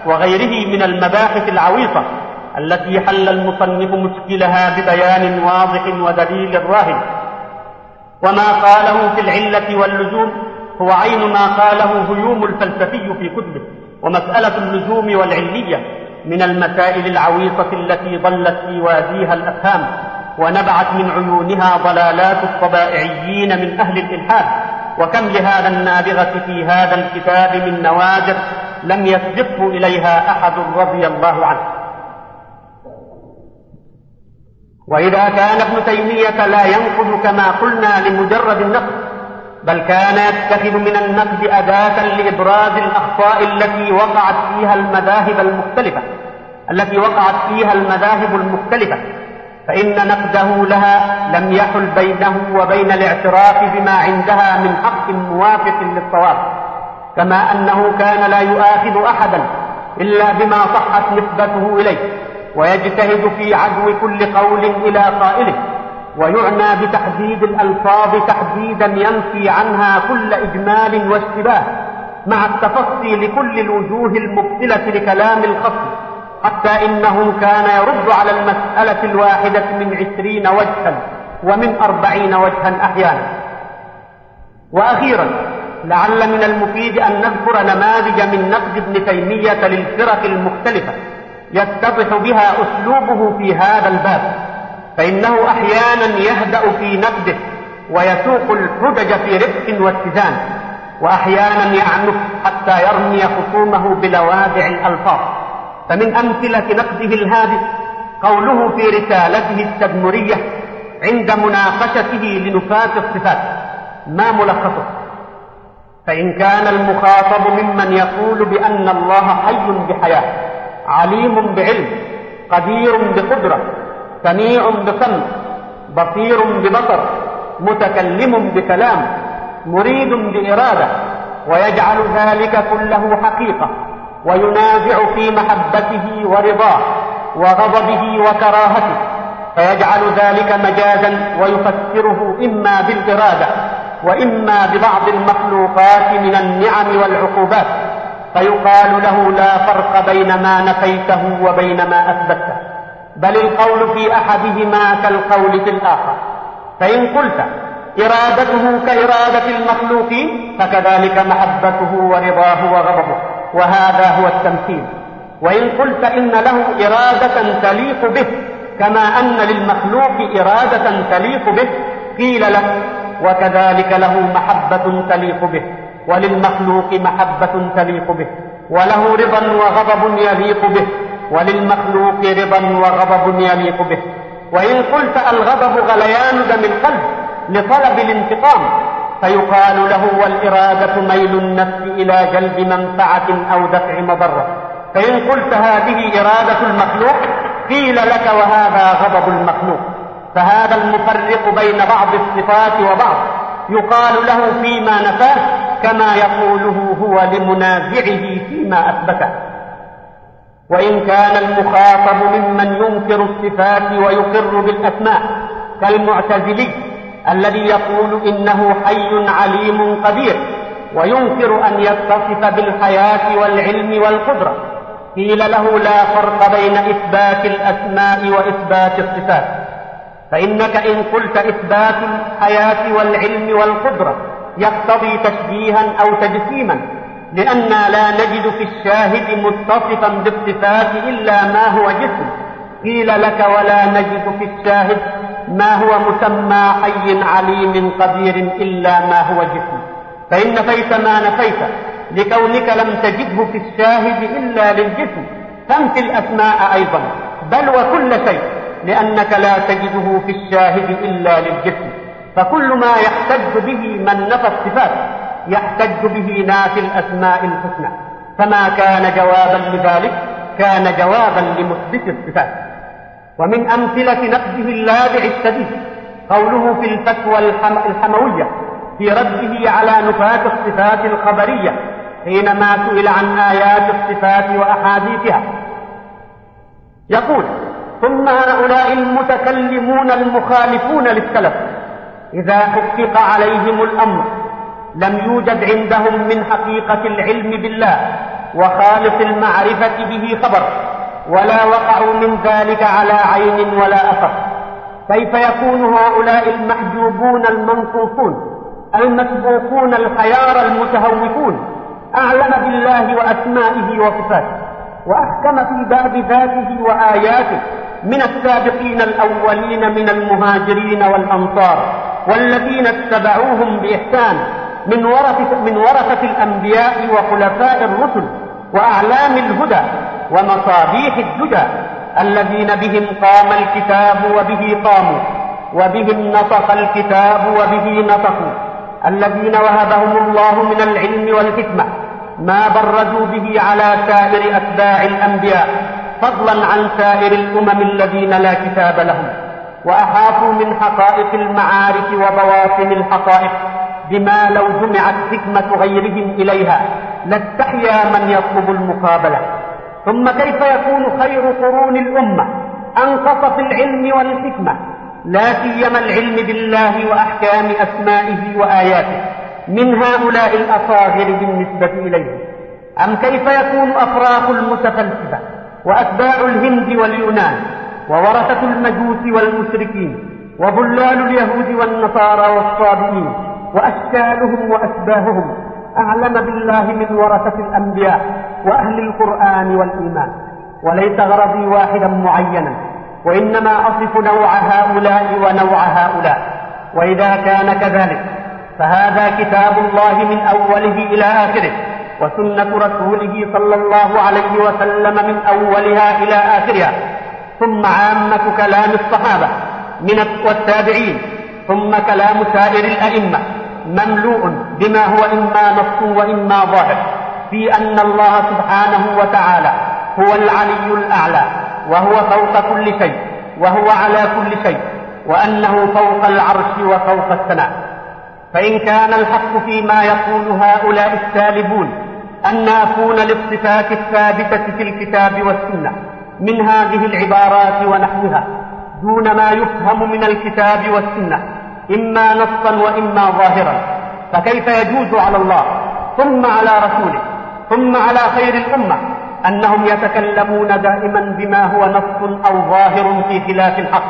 وغيره من المباحث العويصة التي حل المصنف مشكلها ببيان واضح ودليل راهن. وما قاله في العلة واللزوم هو عين ما قاله هيوم الفلسفي في كتبه. ومسألة اللزوم والعلية من المسائل العويصة التي ضلت في واديها الأفهام ونبعت من عيونها ضلالات الطبائعيين من أهل الإلحاد، وكم لهذا النابغة في هذا الكتاب من نوادر لم يسبقه إليها أحد رضي الله عنه. وإذا كان ابن تيمية لا ينقد كما قلنا لمجرد النقد، بل كان يتخذ من النقد أداة لإبراز الأخطاء التي وقعت فيها المذاهب المختلفة التي وقعت فيها المذاهب المختلفة فإن نقده لها لم يحل بينه وبين الاعتراف بما عندها من حق موافق للصواب، كما أنه كان لا يؤاخذ أحدا إلا بما صحت نسبته إليه، ويجتهد في عدو كل قول إلى قائله، ويعنى بتحديد الألفاظ تحديدا ينفي عنها كل إجمال واشتباه، مع التفصي لكل الوجوه المبطلة لكلام الخصم، حتى إنه كان يرد على المسألة الواحدة من عشرين وجها ومن أربعين وجها أحيانا. وأخيرا لعل من المفيد أن نذكر نماذج من نقد ابن تيمية للفرق المختلفة يتضح بها أسلوبه في هذا الباب، فإنه أحيانا يهدأ في نقده ويسوق الحجج في رفق واتزان، وأحيانا يعنف حتى يرمي خصومه بلوادع الألفاظ. فمن أمثلة نقده الهادئ قوله في رسالته التدمرية عند مناقشته لنفاة الصفات: ما ملخصه؟ فإن كان المخاطب ممن يقول بأن الله حي بحياة، عليم بعلم، قدير بقدرة، سميع بسمع، بصير ببصر، متكلم بكلام، مريد بإرادة، ويجعل ذلك كله حقيقة، وينازع في محبته ورضاه وغضبه وكراهته، فيجعل ذلك مجازا ويفسره إما بالإرادة وإما ببعض المخلوقات من النعم والعقوبات، فيقال له لا فرق بين ما نفيته وبين ما أثبته، بل القول في أحدهما كالقول في الآخر. فإن قلت إرادته كإرادة المخلوقين فكذلك محبته ورضاه وغضبه، وهذا هو التمثيل. وإن قلت إن له إرادة تليق به كما أن للمخلوق إرادة تليق به، قيل لك وكذلك له محبة تليق به، وللمخلوق محبة تليق به، وله رضا وغضب يليق به، وللمخلوق رضا وغضب يليق به. وإن قلت الغضب غليان دم القلب لطلب الانتقام، فيقال له والإرادة ميل النفس إلى جلب منفعة أو دفع مضرة. فإن قلت هذه إرادة المخلوق، قيل لك وهذا غضب المخلوق. فهذا المفرق بين بعض الصفات وبعض يقال له فيما نفاه كما يقوله هو لمنازعه فيما أثبته. وإن كان المخاطب ممن ينكر الصفات ويقر بالأسماء كالمعتزلي الذي يقول إنه حي عليم قدير وينكر أن يتصف بالحياة والعلم والقدرة، قيل له لا فرق بين إثبات الأسماء وإثبات الصفات، فإنك إن قلت إثبات الحياة والعلم والقدرة يقتضي تشبيها أو تجسيما، لأننا لا نجد في الشاهد متصفا بالصفات إلا ما هو جسم، قيل لك ولا نجد في الشاهد ما هو مسمى حي عليم قدير إلا ما هو جسم، فإن نفيت ما نفيت لكونك لم تجده في الشاهد إلا للجسم، فانت الأسماء أيضا بل وكل شيء، لأنك لا تجده في الشاهد إلا للجسم. فكل ما يحتج به من نفى الصفات يحتج به نافي الأسماء الحسنى، فما كان جوابا لذلك كان جوابا لمثبت الصفات. ومن أمثلة نقده اللاذع الشديد قوله في الفتوى الحموية في رده على نفاة الصفات الخبرية حينما سئل عن آيات الصفات وأحاديثها، يقول: ثم هؤلاء المتكلمون المخالفون للسلف إذا حقق عليهم الأمر لم يوجد عندهم من حقيقة العلم بالله وخالص المعرفة به خبر، ولا وقعوا من ذلك على عين ولا أثر. كيف يكون هؤلاء المحجوبون المنصوصون المسبوقون الحيار المتهوفون أعلم بالله وأسمائه وصفاته وأحكم في باب ذاته وآياته من السابقين الأولين من المهاجرين والأنصار والذين اتبعوهم بإحسان من ورثة, من ورثة الأنبياء وخلفاء الرسل وأعلام الهدى ومصابيح الدجى الذين بهم قام الكتاب وبه قاموا وبهم نطق الكتاب وبه نطقوا، الذين وهبهم الله من العلم والحكمة ما برزوا به على سائر أتباع الأنبياء فضلا عن سائر الأمم الذين لا كتاب لهم، وأحاطوا من حقائق المعارف وبواطن الحقائق بما لو جمعت حكمة غيرهم إليها لاستحيا من يطلب المقابلة. ثم كيف يكون خير قرون الأمة أنقص في العلم والحكمة لا سيما العلم بالله وأحكام أسمائه وآياته من هؤلاء الأصاغر بالنسبة إليه؟ أم كيف يكون أفراخ المتفلسفة وأتباع الهند واليونان وورثة المجوس والمشركين وضلال اليهود والنصارى والصابئين وأشكالهم وأشباههم أعلم بالله من ورثة الأنبياء وأهل القرآن والإيمان؟ وليس غرضي واحدا معينا، وإنما أصف نوع هؤلاء ونوع هؤلاء. وإذا كان كذلك فهذا كتاب الله من أوله إلى آخره، وسنة رسوله صلى الله عليه وسلم من أولها إلى آخرها، ثم عامة كلام الصحابة من والتابعين، ثم كلام سائر الأئمة مملوء بما هو إما نص وإما ظاهر في أن الله سبحانه وتعالى هو العلي الأعلى، وهو فوق كل شيء، وهو على كل شيء، وأنه فوق العرش وفوق السماء. فإن كان الحق فيما يقول هؤلاء السالبون أن نافون للصفات الثابتة في الكتاب والسنة من هذه العبارات ونحوها دون ما يفهم من الكتاب والسنة إما نصا وإما ظاهرا، فكيف يجوز على الله ثم على رسوله ثم على خير الأمة أنهم يتكلمون دائما بما هو نص أو ظاهر في خلاف الحق،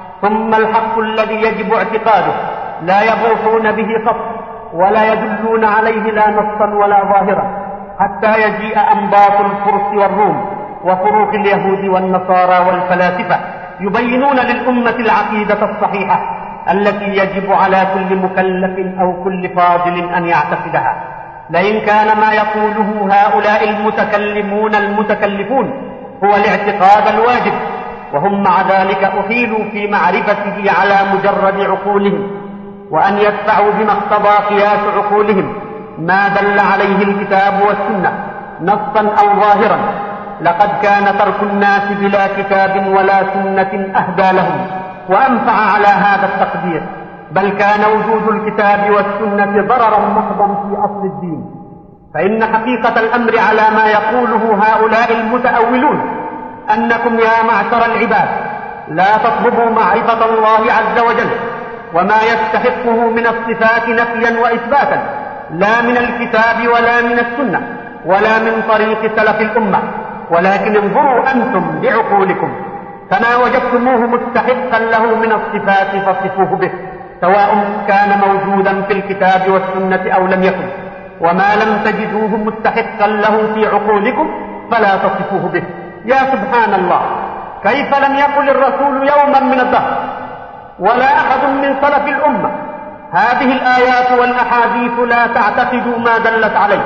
ثم الحق الذي يجب اعتقاده لا يغوصون به قط ولا يدلون عليه لا نصا ولا ظاهرا، حتى يجيء أنباط الفرس والروم وفروق اليهود والنصارى والفلاسفة يبينون للأمة العقيدة الصحيحة التي يجب على كل مكلف أو كل فاضل أن يعتقدها. لئن كان ما يقوله هؤلاء المتكلمون المتكلفون هو الاعتقاد الواجب، وهم مع ذلك أحيلوا في معرفته على مجرد عقولهم، وأن يدفعوا بما اقتضى قياس عقولهم ما دل عليه الكتاب والسنة نصا أو ظاهرا، لقد كان ترك الناس بلا كتاب ولا سنة أهدى لهم وأنفع على هذا التقدير، بل كان وجود الكتاب والسنة ضررا محضا في أصل الدين. فإن حقيقة الأمر على ما يقوله هؤلاء المتأولون أنكم يا معشر العباد لا تطلبوا معرفة الله عز وجل وما يستحقه من الصفات نفيا وإثباتا لا من الكتاب ولا من السنة ولا من طريق سلف الأمة، ولكن انظروا أنتم بعقولكم فما وجدتموه مستحقا له من الصفات فصفوه به، سواء كان موجودا في الكتاب والسنة أو لم يكن، وما لم تجدوه مستحقا له في عقولكم فلا تصفوه به. يا سبحان الله، كيف لم يقل الرسول يوما من الدهر ولا أحد من سلف الأمة هذه الآيات والأحاديث لا تعتقدوا ما دلت عليه،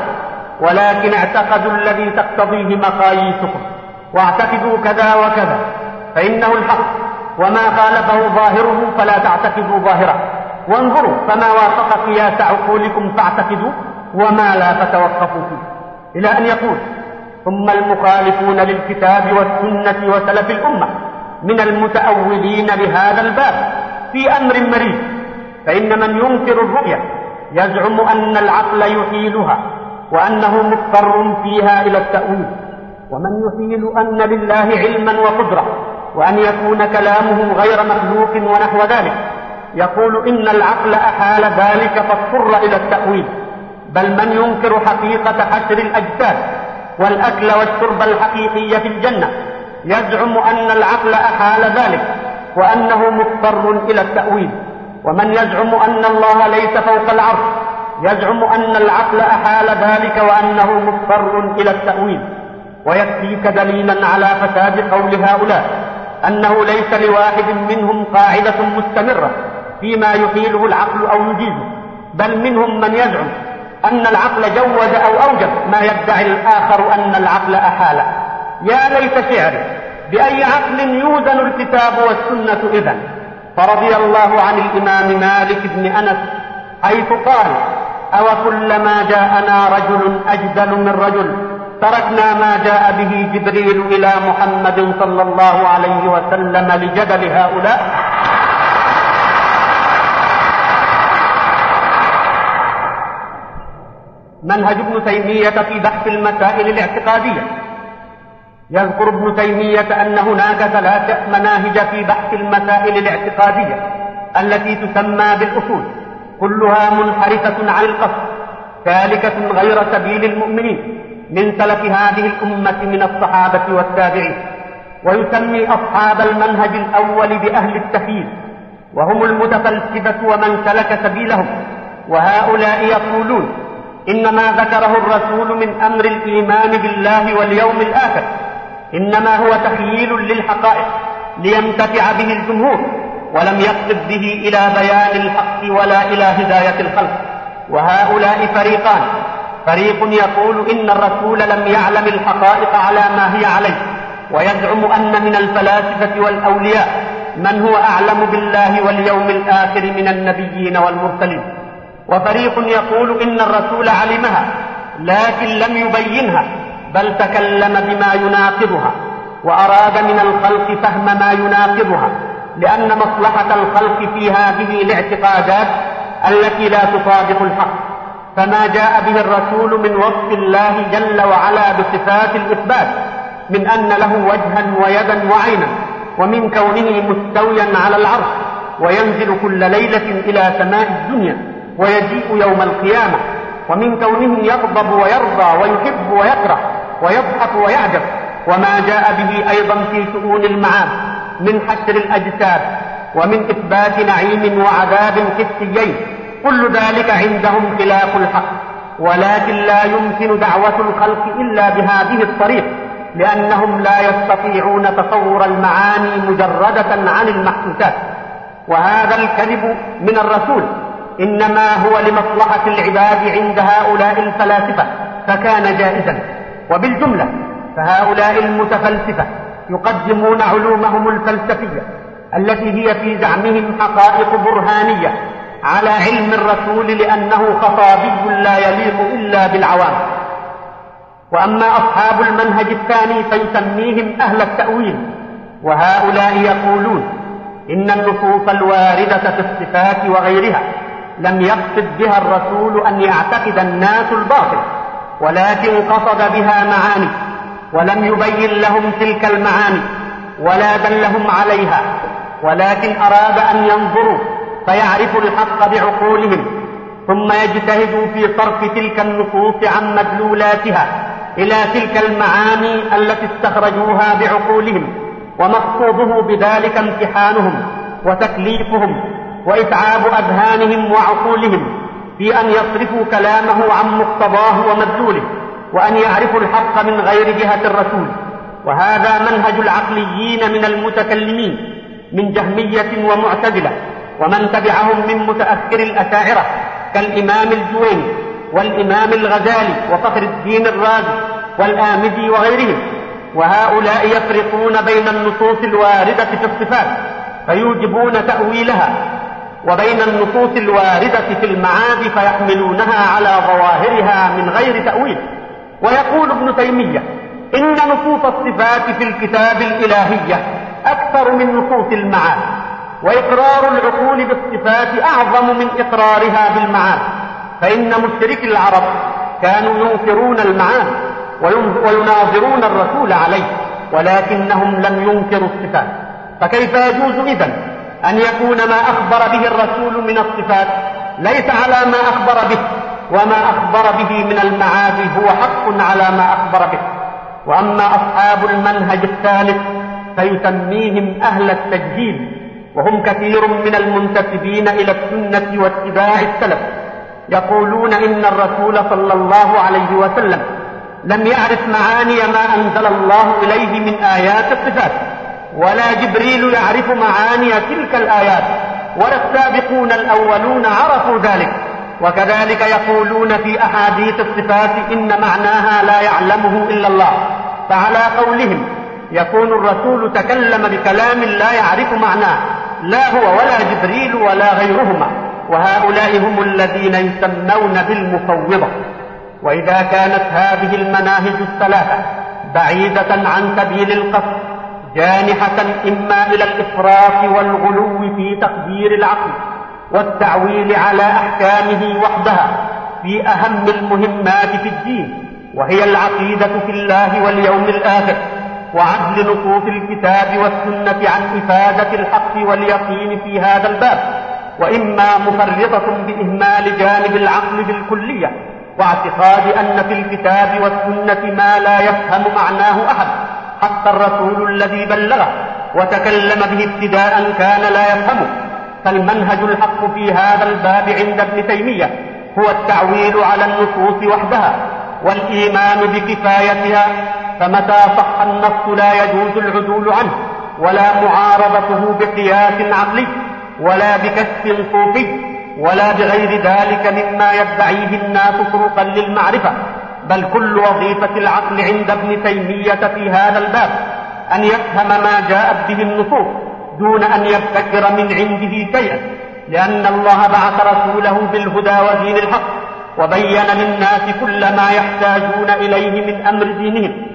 ولكن اعتقدوا الذي تقتضيه مقاييسكم، واعتقدوا كذا وكذا فإنه الحق، وما خالفه ظاهره فلا تعتقدوا ظاهره، وانظروا فما وافق قياس عقولكم فاعتقدوا وما لا فتوقفوا فيه. إلى أن يقول ثم المخالفون للكتاب والسنة وسلف الأمة من المتأولين بهذا الباب في أمر مريض، فإن من ينكر الرؤية يزعم أن العقل يحيلها وأنه مضطر فيها إلى التأويل، ومن يحيل أن لله علما وقدرة وأن يكون كلامه غير مخلوق ونحو ذلك يقول إن العقل أحال ذلك فاضطر إلى التأويل. بل من ينكر حقيقة حشر الأجساد والأكل والشرب الحقيقي في الجنة، يزعم أن العقل أحال ذلك وأنه مضطر إلى التأويل. ومن يزعم أن الله ليس فوق العرش يزعم أن العقل أحال ذلك وأنه مضطر إلى التأويل. ويكفيك دليلا على فساد قول هؤلاء أنه ليس لواحد منهم قاعدة مستمرة فيما يحيله العقل أو يجيزه، بل منهم من يزعم أن العقل جوز أو أوجب ما يدعي الآخر أن العقل أحال. يا ليت شعري بأي عقل يوزن الكتاب والسنة إذن. فرضي الله عن الإمام مالك بن أنس حيث قال: أو كلما جاءنا رجل أجدل من رجل تركنا ما جاء به جبريل إلى محمد صلى الله عليه وسلم لجدل هؤلاء. منهج ابن تيمية في بحث المسائل الاعتقادية. يذكر ابن تيمية أن هناك ثلاث مناهج في بحث المسائل الاعتقادية التي تسمى بالأصول، كلها منحرفة عن القصد، سالكة غير سبيل المؤمنين من سلف هذه الأمة من الصحابة والتابعين. ويسمي أصحاب المنهج الأول بأهل التخيير، وهم المتفلسفة ومن سلك سبيلهم. وهؤلاء يقولون إنما ذكره الرسول من أمر الإيمان بالله واليوم الآخر إنما هو تخييل للحقائق لينتفع به الجمهور، ولم يقصد به إلى بيان الحق ولا إلى هداية الخلق. وهؤلاء فريقان: فريق يقول إن الرسول لم يعلم الحقائق على ما هي عليه، ويزعم أن من الفلاسفة والأولياء من هو أعلم بالله واليوم الآخر من النبيين والمرسلين. وفريق يقول إن الرسول علمها لكن لم يبينها، بل تكلم بما يناقضها، وأراد من الخلق فهم ما يناقضها، لأن مصلحة الخلق في هذه الاعتقادات التي لا تصادق الحق. فما جاء به الرسول من وصف الله جل وعلا بصفات الإثبات، من أن له وجها ويدا وعينا، ومن كونه مستويا على العرش وينزل كل ليلة إلى سماء الدنيا ويجيء يوم القيامة، ومن كونه يغضب ويرضى ويحب ويكره ويضحك ويعجب، وما جاء به أيضا في شؤون المعاد من حشر الأجساد ومن إثبات نعيم وعذاب حسيين. كل ذلك عندهم خلاف الحق، ولكن لا يمكن دعوة الخلق إلا بهذه الطريق، لأنهم لا يستطيعون تصور المعاني مجردة عن المحسوسات. وهذا الكذب من الرسول إنما هو لمصلحة العباد عند هؤلاء الفلاسفة، فكان جائزا. وبالجملة فهؤلاء المتفلسفة يقدمون علومهم الفلسفية التي هي في زعمهم حقائق برهانية على علم الرسول، لأنه خطابي لا يليق إلا بالعوام. وأما أصحاب المنهج الثاني فيسميهم أهل التأويل، وهؤلاء يقولون إن النصوص الواردة في الصفات وغيرها لم يقصد بها الرسول أن يعتقد الناس الباطل، ولكن قصد بها معاني، ولم يبين لهم تلك المعاني ولا دلهم عليها، ولكن أراد أن ينظروا فيعرفوا الحق بعقولهم، ثم يجتهدوا في صرف تلك النصوص عن مدلولاتها إلى تلك المعاني التي استخرجوها بعقولهم. ومقصوده بذلك امتحانهم وتكليفهم وإتعاب أذهانهم وعقولهم في أن يصرفوا كلامه عن مقتضاه ومدلوله، وأن يعرفوا الحق من غير جهة الرسول. وهذا منهج العقليين من المتكلمين من جهمية ومعتزلة ومن تبعهم من متأخر الأشاعرة كالإمام الجويني والإمام الغزالي وفخر الدين الرازي والآمدي وغيرهم. وهؤلاء يفرقون بين النصوص الواردة في الصفات فيوجبون تأويلها، وبين النصوص الواردة في المعاد فيحملونها على ظواهرها من غير تأويل. ويقول ابن تيمية إن نصوص الصفات في الكتاب الإلهية أكثر من نصوص المعاد، وإقرار العقول بالصفات أعظم من إقرارها بالمعاد، فإن مشركي العرب كانوا ينكرون المعاد ويناظرون الرسول عليه، ولكنهم لم ينكروا الصفات. فكيف يجوز إذن أن يكون ما أخبر به الرسول من الصفات ليس على ما أخبر به، وما أخبر به من المعاد هو حق على ما أخبر به. وأما أصحاب المنهج الثالث فيسميهم أهل التجهيل، وهم كثير من المنتسبين إلى السنة واتباع السلف، يقولون إن الرسول صلى الله عليه وسلم لم يعرف معاني ما أنزل الله إليه من آيات الصفات، ولا جبريل يعرف معاني تلك الآيات، ولا السابقون الأولون عرفوا ذلك. وكذلك يقولون في أحاديث الصفات إن معناها لا يعلمه إلا الله. فعلى قولهم يكون الرسول تكلم بكلام لا يعرف معناه، لا هو ولا جبريل ولا غيرهما، وهؤلاء هم الذين يسمون بالمفوضة. وإذا كانت هذه المناهج الثلاثة بعيدة عن سبيل القصد، جانحة إما إلى الإفراط والغلو في تقدير العقل والتعويل على أحكامه وحدها في أهم المهمات في الدين، وهي العقيدة في الله واليوم الآخر، وعدل نصوص الكتاب والسنة عن إفادة الحق واليقين في هذا الباب، وإما مفرطة بإهمال جانب العقل بالكلية، واعتقاد أن في الكتاب والسنة ما لا يفهم معناه أحد حتى الرسول الذي بلغه وتكلم به ابتداء كان لا يفهمه. فالمنهج الحق في هذا الباب عند ابن تيمية هو التعويل على النصوص وحدها والإيمان بكفايتها، فمتى صح النص لا يجوز العدول عنه، ولا معارضته بقياس عقلي ولا بكشف صوفي ولا بغير ذلك مما يدعيه الناس طرقا للمعرفة. بل كل وظيفة العقل عند ابن تيمية في هذا الباب أن يفهم ما جاءت به النصوص دون أن يبتكر من عنده شيئا، لأن الله بعث رسوله بالهدى ودين الحق وبين للناس كل ما يحتاجون إليه من أمر دينهم،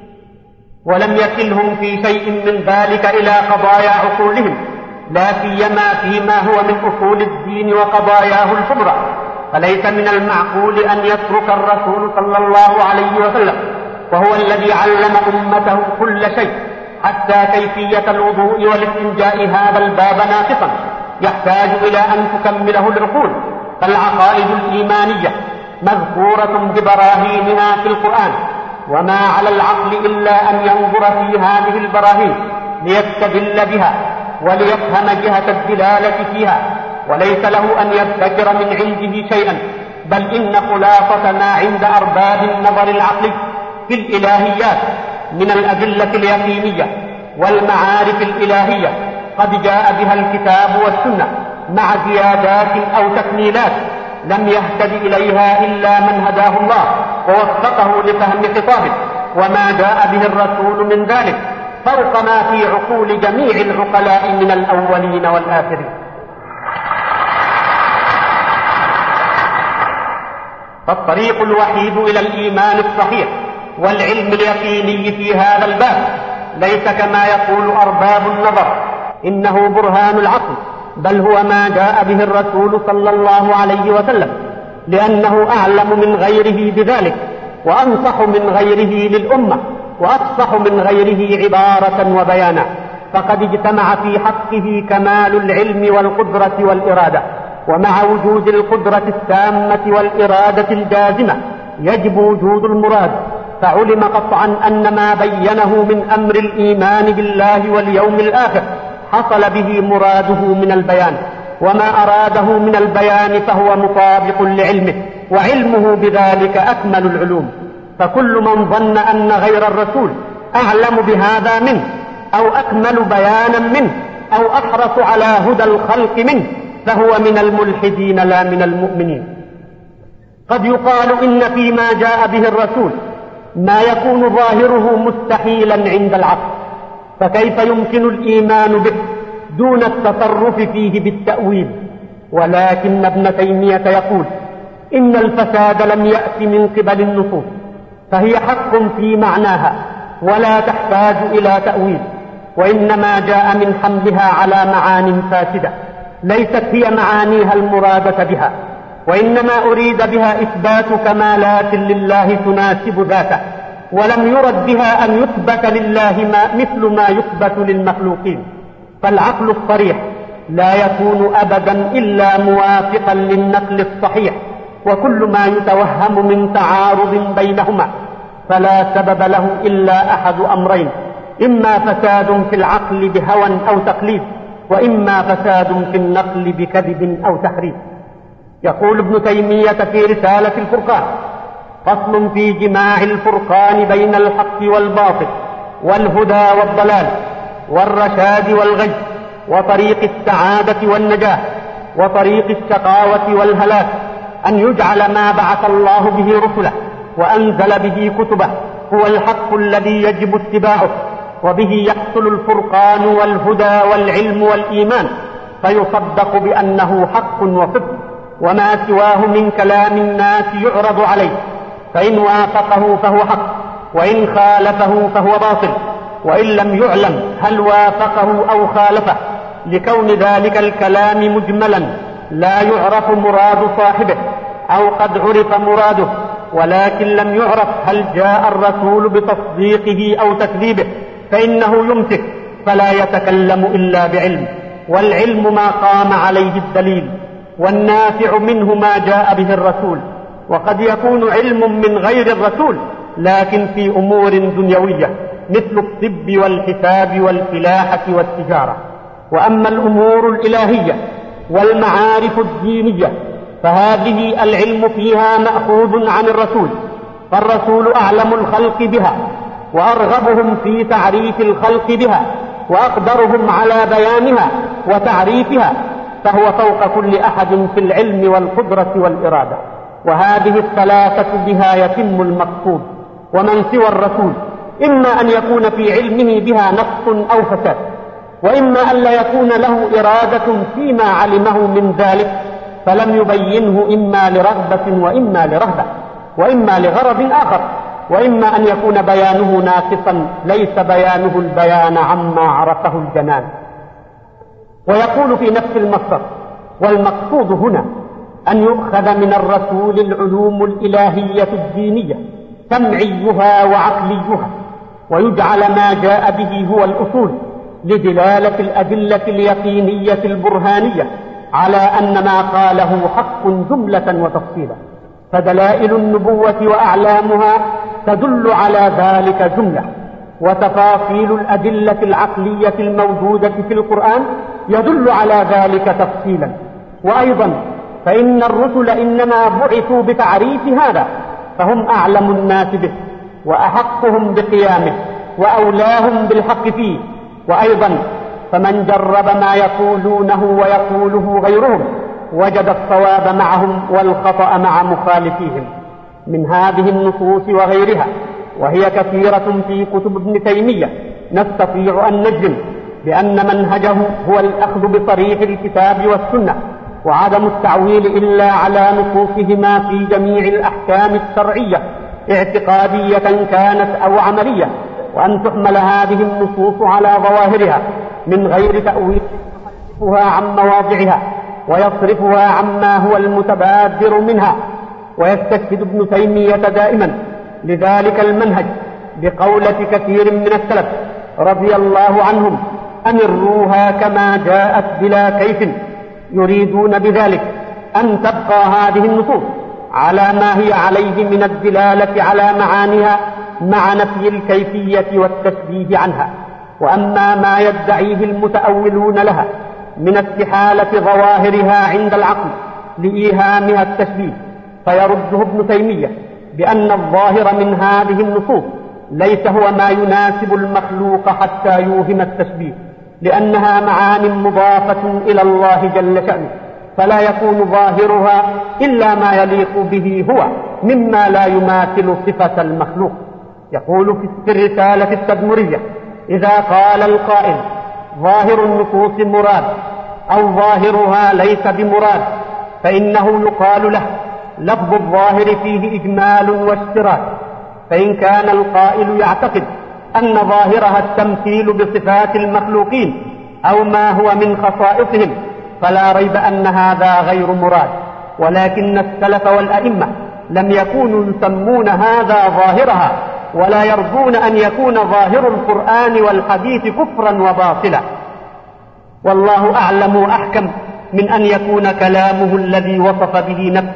ولم يكلهم في شيء من ذلك إلى قضايا عقولهم، لا سيما فيما هو من أصول الدين وقضاياه الكبرى. فليس من المعقول أن يترك الرسول صلى الله عليه وسلم وهو الذي علم أمته كل شيء حتى كيفية الوضوء والاستنجاء هذا الباب ناقصا يحتاج إلى أن تكمله العقول. فالعقائد الإيمانية مذكورة ببراهينها في القرآن، وما على العقل إلا أن ينظر في هذه البراهين ليستدل بها وليفهم جهة الدلالة فيها، وليس له أن يبتكر من عنده شيئا، بل إن خلاصة ما عند أرباب النظر العقلي في الإلهيات من الأدلة اليقينية والمعارف الإلهية قد جاء بها الكتاب والسنة مع زيادات أو تكميلات لم يهتد إليها إلا من هداه الله ووفقه لفهم خطابه، وما جاء به الرسول من ذلك فوق ما في عقول جميع العقلاء من الأولين والآخرين. فالطريق الوحيد إلى الإيمان الصحيح والعلم اليقيني في هذا الباب ليس كما يقول أرباب النظر إنه برهان العقل، بل هو ما جاء به الرسول صلى الله عليه وسلم، لأنه أعلم من غيره بذلك وأنصح من غيره للأمة وأفصح من غيره عبارة وبيانا، فقد اجتمع في حقه كمال العلم والقدرة والإرادة. ومع وجود القدرة التامة والإرادة الجازمة يجب وجود المراد، فعلم قطعا أن ما بينه من أمر الإيمان بالله واليوم الآخر حصل به مراده من البيان، وما أراده من البيان فهو مطابق لعلمه، وعلمه بذلك أكمل العلوم. فكل من ظن أن غير الرسول أعلم بهذا منه أو أكمل بيانا منه أو أحرص على هدى الخلق منه فهو من الملحدين لا من المؤمنين. قد يقال إن فيما جاء به الرسول ما يكون ظاهره مستحيلا عند العقل، فكيف يمكن الإيمان به دون التصرف فيه بالتأويل؟ ولكن ابن تيمية يقول إن الفساد لم يأت من قبل النصوص، فهي حق في معناها ولا تحتاج إلى تأويل، وإنما جاء من حملها على معان فاسدة ليست هي معانيها المرادة بها، وإنما أريد بها إثبات كمالات لله تناسب ذاته، ولم يرد بها أن يثبت لله ما مثل ما يثبت للمخلوقين. فالعقل الصريح لا يكون أبدا إلا موافقا للنقل الصحيح وكل ما يتوهم من تعارض بينهما، فلا سبب له إلا أحد أمرين: إما فساد في العقل بهوى أو تقليد، وإما فساد في النقل بكذب أو تحريف. يقول ابن تيمية في رسالة الفرقان: فصل في جماع الفرقان بين الحق والباطل، والهدى والضلال، والرشاد والغي، وطريق السعادة والنجاة، وطريق الشقاوة والهلاك، أن يجعل ما بعث الله به رسله وأنزل به كتبه هو الحق الذي يجب اتباعه، وبه يحصل الفرقان والهدى والعلم والإيمان، فيصدق بأنه حق وصدق، وما سواه من كلام الناس يعرض عليه، فإن وافقه فهو حق، وإن خالفه فهو باطل، وإن لم يعلم هل وافقه أو خالفه، لكون ذلك الكلام مجملا لا يعرف مراد صاحبه، أو قد عرف مراده ولكن لم يعرف هل جاء الرسول بتصديقه أو تكذيبه، فإنه يمسك فلا يتكلم إلا بعلم، والعلم ما قام عليه الدليل، والنافع منه ما جاء به الرسول. وقد يكون علم من غير الرسول لكن في أمور دنيوية مثل الطب والحساب والفلاحة والتجارة. وأما الأمور الإلهية والمعارف الدينية فهذه العلم فيها مأخوذ عن الرسول، فالرسول أعلم الخلق بها، وأرغبهم في تعريف الخلق بها، وأقدرهم على بيانها وتعريفها، فهو فوق كل أحد في العلم والقدرة والإرادة. وهذه الثلاثة بها يتم المقصود. ومن سوى الرسول إما أن يكون في علمه بها نقص أو فساد، وإما أن لا يكون له إرادة فيما علمه من ذلك فلم يبينه، إما لرغبة وإما لرهبة، وإما لغرض آخر، وإما أن يكون بيانه ناقصا ليس بيانه البيان عما عرفه الجنان. ويقول في نفس المصدر: والمقصود هنا أن يؤخذ من الرسول العلوم الإلهية الدينية سمعيها وعقليها، ويجعل ما جاء به هو الأصول لدلالة الأدلة اليقينية البرهانية على أن ما قاله حق جملة وتفصيلا، فدلائل النبوة وأعلامها تدل على ذلك جملة، وتفاصيل الأدلة العقلية الموجودة في القرآن يدل على ذلك تفصيلا. وأيضا فإن الرسل إنما بعثوا بتعريف هذا، فهم أعلم الناس به وأحقهم بقيامه وأولاهم بالحق فيه. وأيضا فمن جرب ما يقولونه ويقوله غيرهم وجد الصواب معهم والخطأ مع مخالفيهم من هذه النصوص وغيرها، وهي كثيرة في كتب ابن تيمية. نستطيع أن نجزم بأن منهجه هو الأخذ بصريح الكتاب والسنة، وعدم التعويل إلا على نصوصهما في جميع الأحكام الشرعية اعتقادية كانت أو عملية، وأن تحمل هذه النصوص على ظواهرها من غير تأويل يصرفها عن مواضعها ويصرفها عما هو المتبادر منها. ويستشهد ابن تيمية دائما لذلك المنهج بقولة كثير من السلف رضي الله عنهم: أمروها كما جاءت بلا كيف، يريدون بذلك أن تبقى هذه النصوص على ما هي عليه من الدلالة على معانيها مع نفي الكيفية والتشبيه عنها. وأما ما يدعيه المتأولون لها من استحالة ظواهرها عند العقل لإيهامها التشبيه فيرده ابن تيمية بأن الظاهر من هذه النصوص ليس هو ما يناسب المخلوق حتى يوهم التشبيه، لأنها معان مضافة إلى الله جل شأنه، فلا يكون ظاهرها إلا ما يليق به هو مما لا يماثل صفة المخلوق. يقول في الرسالة التدمرية: إذا قال القائل ظاهر النصوص مراد أو ظاهرها ليس بمراد، فإنه يقال له لفظ الظاهر فيه إجمال واشتراك. فإن كان القائل يعتقد أن ظاهرها التمثيل بصفات المخلوقين أو ما هو من خصائصهم فلا ريب أن هذا غير مراد، ولكن السلف والأئمة لم يكونوا يسمون هذا ظاهرها، ولا يرجون أن يكون ظاهر القرآن والحديث كفرا وباطلا. والله أعلم وأحكم من أن يكون كلامه الذي وصف به نفسه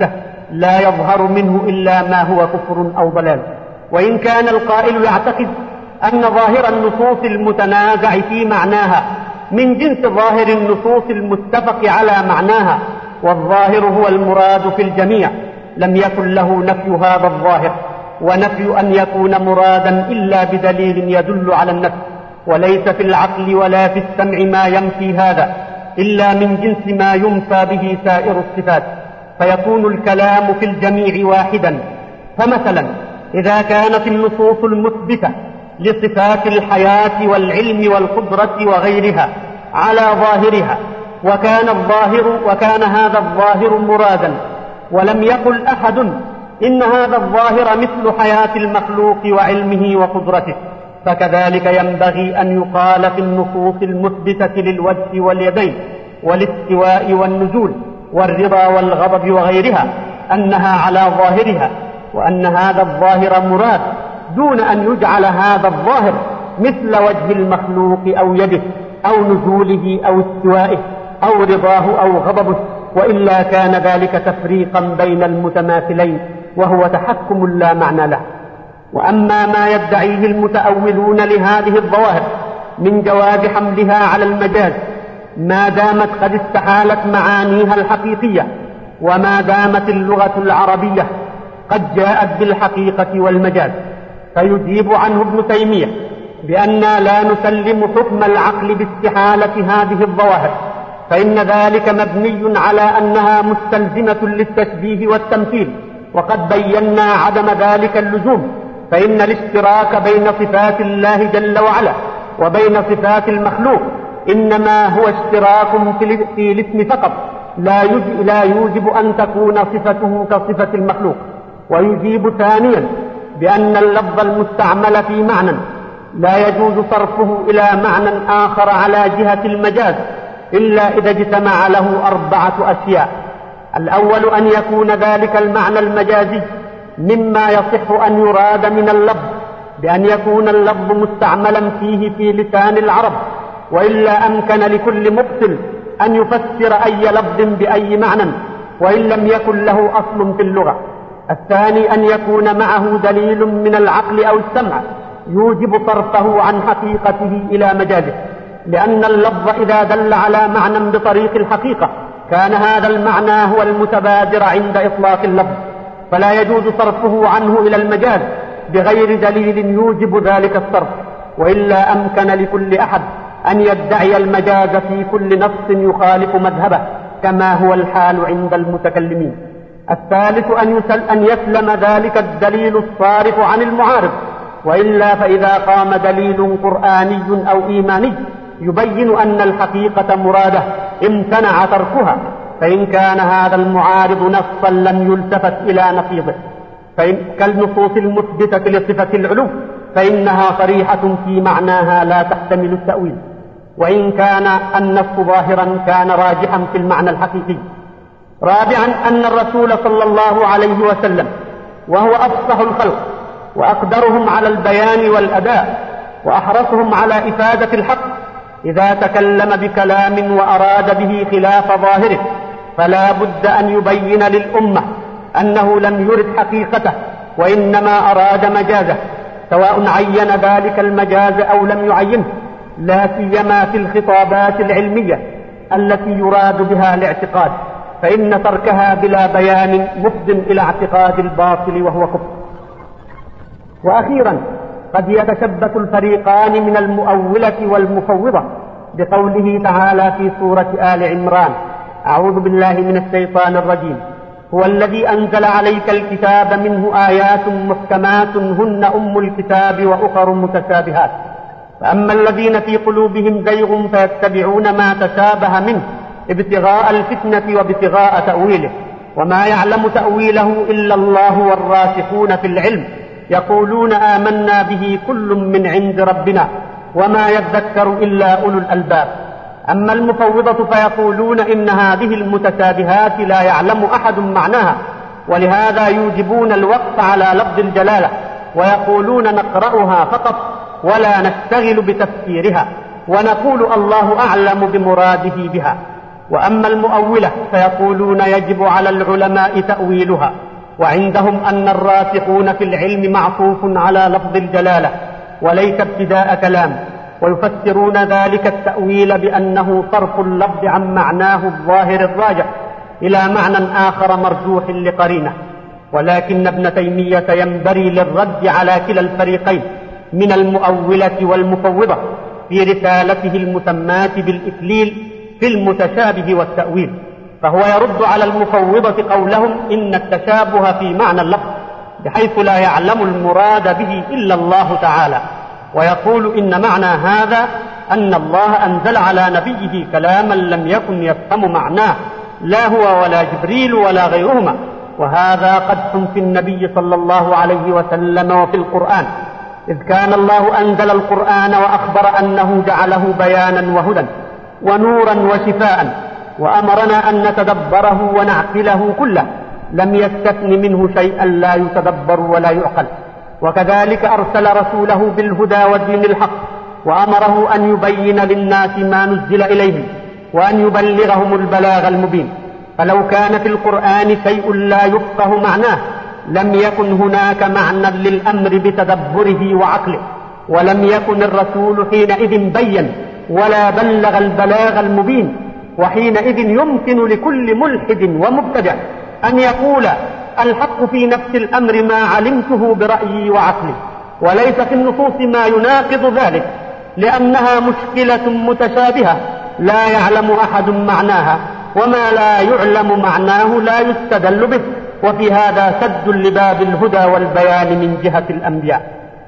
لا يظهر منه إلا ما هو كفر أو ضلال. وإن كان القائل يعتقد أن ظاهر النصوص المتنازع في معناها من جنس ظاهر النصوص المتفق على معناها والظاهر هو المراد في الجميع، لم يكن له نفي هذا الظاهر ونفي أن يكون مرادا إلا بدليل يدل على النفي، وليس في العقل ولا في السمع ما ينفي هذا إلا من جنس ما ينفى به سائر الصفات، فيكون الكلام في الجميع واحدا. فمثلا إذا كانت النصوص المثبتة لصفات الحياة والعلم والقدرة وغيرها على ظاهرها وكان الظاهر وكان هذا الظاهر مرادا، ولم يقل أحد إن هذا الظاهر مثل حياة المخلوق وعلمه وقدرته، فكذلك ينبغي أن يقال في النصوص المثبتة للوجه واليدين والاستواء والنزول والرضا والغضب وغيرها أنها على ظاهرها، وأن هذا الظاهر مراد، دون أن يجعل هذا الظاهر مثل وجه المخلوق أو يده أو نزوله أو استوائه أو رضاه أو غضبه، وإلا كان ذلك تفريقا بين المتماثلين وهو تحكم لا معنى له. وأما ما يدعيه المتأولون لهذه الظواهر من جواز حملها على المجاز ما دامت قد استحالت معانيها الحقيقية، وما دامت اللغة العربية قد جاءت بالحقيقة والمجاز، فيجيب عنه ابن تيمية بأننا لا نسلم حكم العقل باستحالة هذه الظواهر، فإن ذلك مبني على أنها مستلزمة للتشبيه والتمثيل، وقد بينا عدم ذلك اللزوم، فإن الاشتراك بين صفات الله جل وعلا وبين صفات المخلوق إنما هو اشتراك في الاسم فقط، لا يوجب أن تكون صفته كصفة المخلوق. ويجيب ثانيا بأن اللفظ المستعمل في معنى لا يجوز صرفه إلى معنى آخر على جهة المجاز إلا إذا اجتمع له أربعة أشياء: الأول أن يكون ذلك المعنى المجازي مما يصح أن يراد من اللفظ بأن يكون اللفظ مستعملا فيه في لسان العرب، وإلا أمكن لكل مبطل أن يفسر أي لفظ بأي معنى وإن لم يكن له أصل في اللغة. الثاني أن يكون معه دليل من العقل أو السمع يوجب صرفه عن حقيقته إلى مجازه، لأن اللفظ إذا دل على معنى بطريق الحقيقة كان هذا المعنى هو المتبادر عند إطلاق اللفظ، فلا يجوز صرفه عنه إلى المجاز بغير دليل يوجب ذلك الصرف، وإلا أمكن لكل أحد أن يدعي المجاز في كل نص يخالف مذهبه كما هو الحال عند المتكلمين. الثالث أن, يسل أن يسلم ذلك الدليل الصارف عن المعارض، وإلا فإذا قام دليل قرآني أو إيماني يبين أن الحقيقة مرادة امتنع تركها، فإن كان هذا المعارض نصا لم يلتفت إلى نقيضه، فإن كالنصوص المثبتة لصفة العلو فإنها صريحة في معناها لا تحتمل التأويل، وإن كان النص ظاهرا كان راجحا في المعنى الحقيقي. رابعا أن الرسول صلى الله عليه وسلم وهو أفصح الخلق وأقدرهم على البيان والأداء وأحرصهم على إفادة الحق إذا تكلم بكلام وأراد به خلاف ظاهره فلا بد أن يبين للأمة أنه لم يرد حقيقته وإنما أراد مجازه، سواء عين ذلك المجاز أو لم يعينه، لا سيما في الخطابات العلمية التي يراد بها الاعتقاد، فإن تركها بلا بيان مفض إلى اعتقاد الباطل وهو كفر. وأخيرا قد يتشبث الفريقان من المؤولة والمفوضة بقوله تعالى في سورة آل عمران: أعوذ بالله من الشيطان الرجيم، هو الذي أنزل عليك الكتاب منه آيات محكمات هن أم الكتاب وأخر متشابهات، فأما الذين في قلوبهم زيغ فيتبعون ما تشابه منه ابتغاء الفتنة وابتغاء تأويله، وما يعلم تأويله إلا الله والراسخون في العلم يقولون آمنا به كل من عند ربنا وما يذكر إلا أولو الألباب. أما المفوضة فيقولون إن هذه المتشابهات لا يعلم أحد معناها، ولهذا يوجبون الوقف على لفظ الجلالة ويقولون نقرأها فقط ولا نشتغل بتفسيرها ونقول الله أعلم بمراده بها. وأما المؤولة فيقولون يجب على العلماء تأويلها، وعندهم أن الراسخون في العلم معطوف على لفظ الجلالة وليس ابتداء كلام، ويفسرون ذلك التأويل بأنه صرف اللفظ عن معناه الظاهر الراجح إلى معنى آخر مرجوح لقرينه. ولكن ابن تيمية ينبري للرد على كلا الفريقين من المؤولة والمفوضة في رسالته المسماة بالإكليل في المتشابه والتأويل، فهو يرد على المفوضة قولهم إن التشابه في معنى اللفظ بحيث لا يعلم المراد به إلا الله تعالى، ويقول إن معنى هذا أن الله أنزل على نبيه كلاما لم يكن يفهم معناه لا هو ولا جبريل ولا غيرهما، وهذا قدح في النبي صلى الله عليه وسلم وفي القرآن، إذ كان الله أنزل القرآن وأخبر أنه جعله بيانا وهدى ونورا وشفاء، وأمرنا أن نتدبره ونعقله كله، لم يستثن منه شيئا لا يتدبر ولا يعقل. وكذلك أرسل رسوله بالهدى والدين الحق، وأمره أن يبين للناس ما نزل إليهم وأن يبلغهم البلاغ المبين. فلو كان في القرآن شيء لا يفقه معناه لم يكن هناك معنى للأمر بتدبره وعقله، ولم يكن الرسول حينئذ بين ولا بلغ البلاغ المبين. وحينئذ يمكن لكل ملحد ومبتدع أن يقول الحق في نفس الأمر ما علمته برأيي وعقلي، وليس في النصوص ما يناقض ذلك، لأنها مشكلة متشابهة لا يعلم أحد معناها، وما لا يعلم معناه لا يستدل به، وفي هذا سد لباب الهدى والبيان من جهة الأنبياء.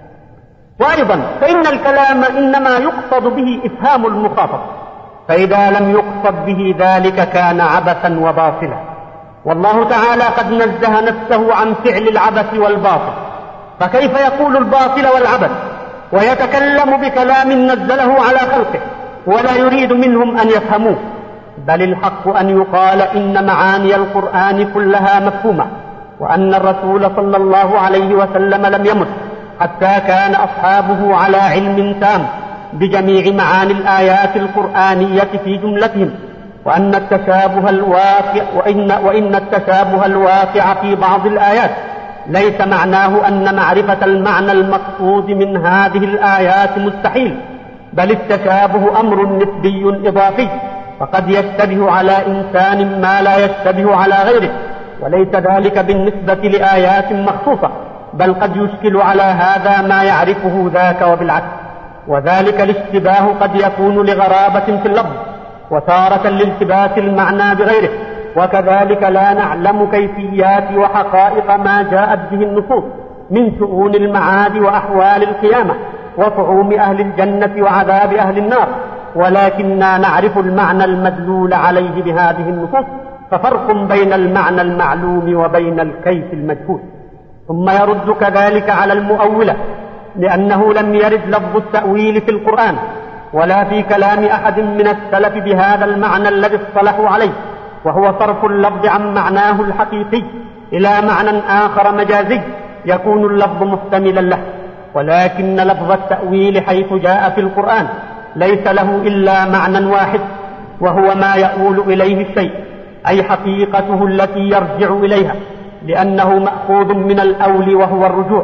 وأيضا فإن الكلام إنما يقصد به إفهام المخاطب، فإذا لم يقصد به ذلك كان عبثا وباطلا، والله تعالى قد نزه نفسه عن فعل العبث والباطل، فكيف يقول الباطل والعبث ويتكلم بكلام نزله على خلقه ولا يريد منهم أن يفهموه؟ بل الحق أن يقال إن معاني القرآن كلها مفهومة، وأن الرسول صلى الله عليه وسلم لم يمت حتى كان أصحابه على علم تام بجميع معاني الآيات القرآنية في جملتهم، وأن التشابه الواقع وإن, وإن التشابه الواقع في بعض الآيات ليس معناه أن معرفة المعنى المقصود من هذه الآيات مستحيل، بل التشابه أمر نسبي إضافي، فقد يشتبه على إنسان ما لا يشتبه على غيره، وليس ذلك بالنسبة لآيات مخصوصة، بل قد يشكل على هذا ما يعرفه ذاك وبالعكس. وذلك الاشتباه قد يكون لغرابة في اللفظ، وتارة لالتباس المعنى بغيره، وكذلك لا نعلم كيفيات وحقائق ما جاءت به النصوص من شؤون المعاد وأحوال القيامة وطعوم أهل الجنة وعذاب أهل النار، ولكننا نعرف المعنى المدلول عليه بهذه النصوص، ففرق بين المعنى المعلوم وبين الكيف المجهول. ثم يرد كذلك على المؤولة، لأنه لم يرد لفظ التأويل في القرآن ولا في كلام أحد من السلف بهذا المعنى الذي اصطلحوا عليه، وهو صرف اللفظ عن معناه الحقيقي إلى معنى آخر مجازي يكون اللفظ محتملا له. ولكن لفظ التأويل حيث جاء في القرآن ليس له إلا معنى واحد، وهو ما يؤول إليه الشيء، أي حقيقته التي يرجع إليها، لأنه مأخوذ من الأول وهو الرجوع،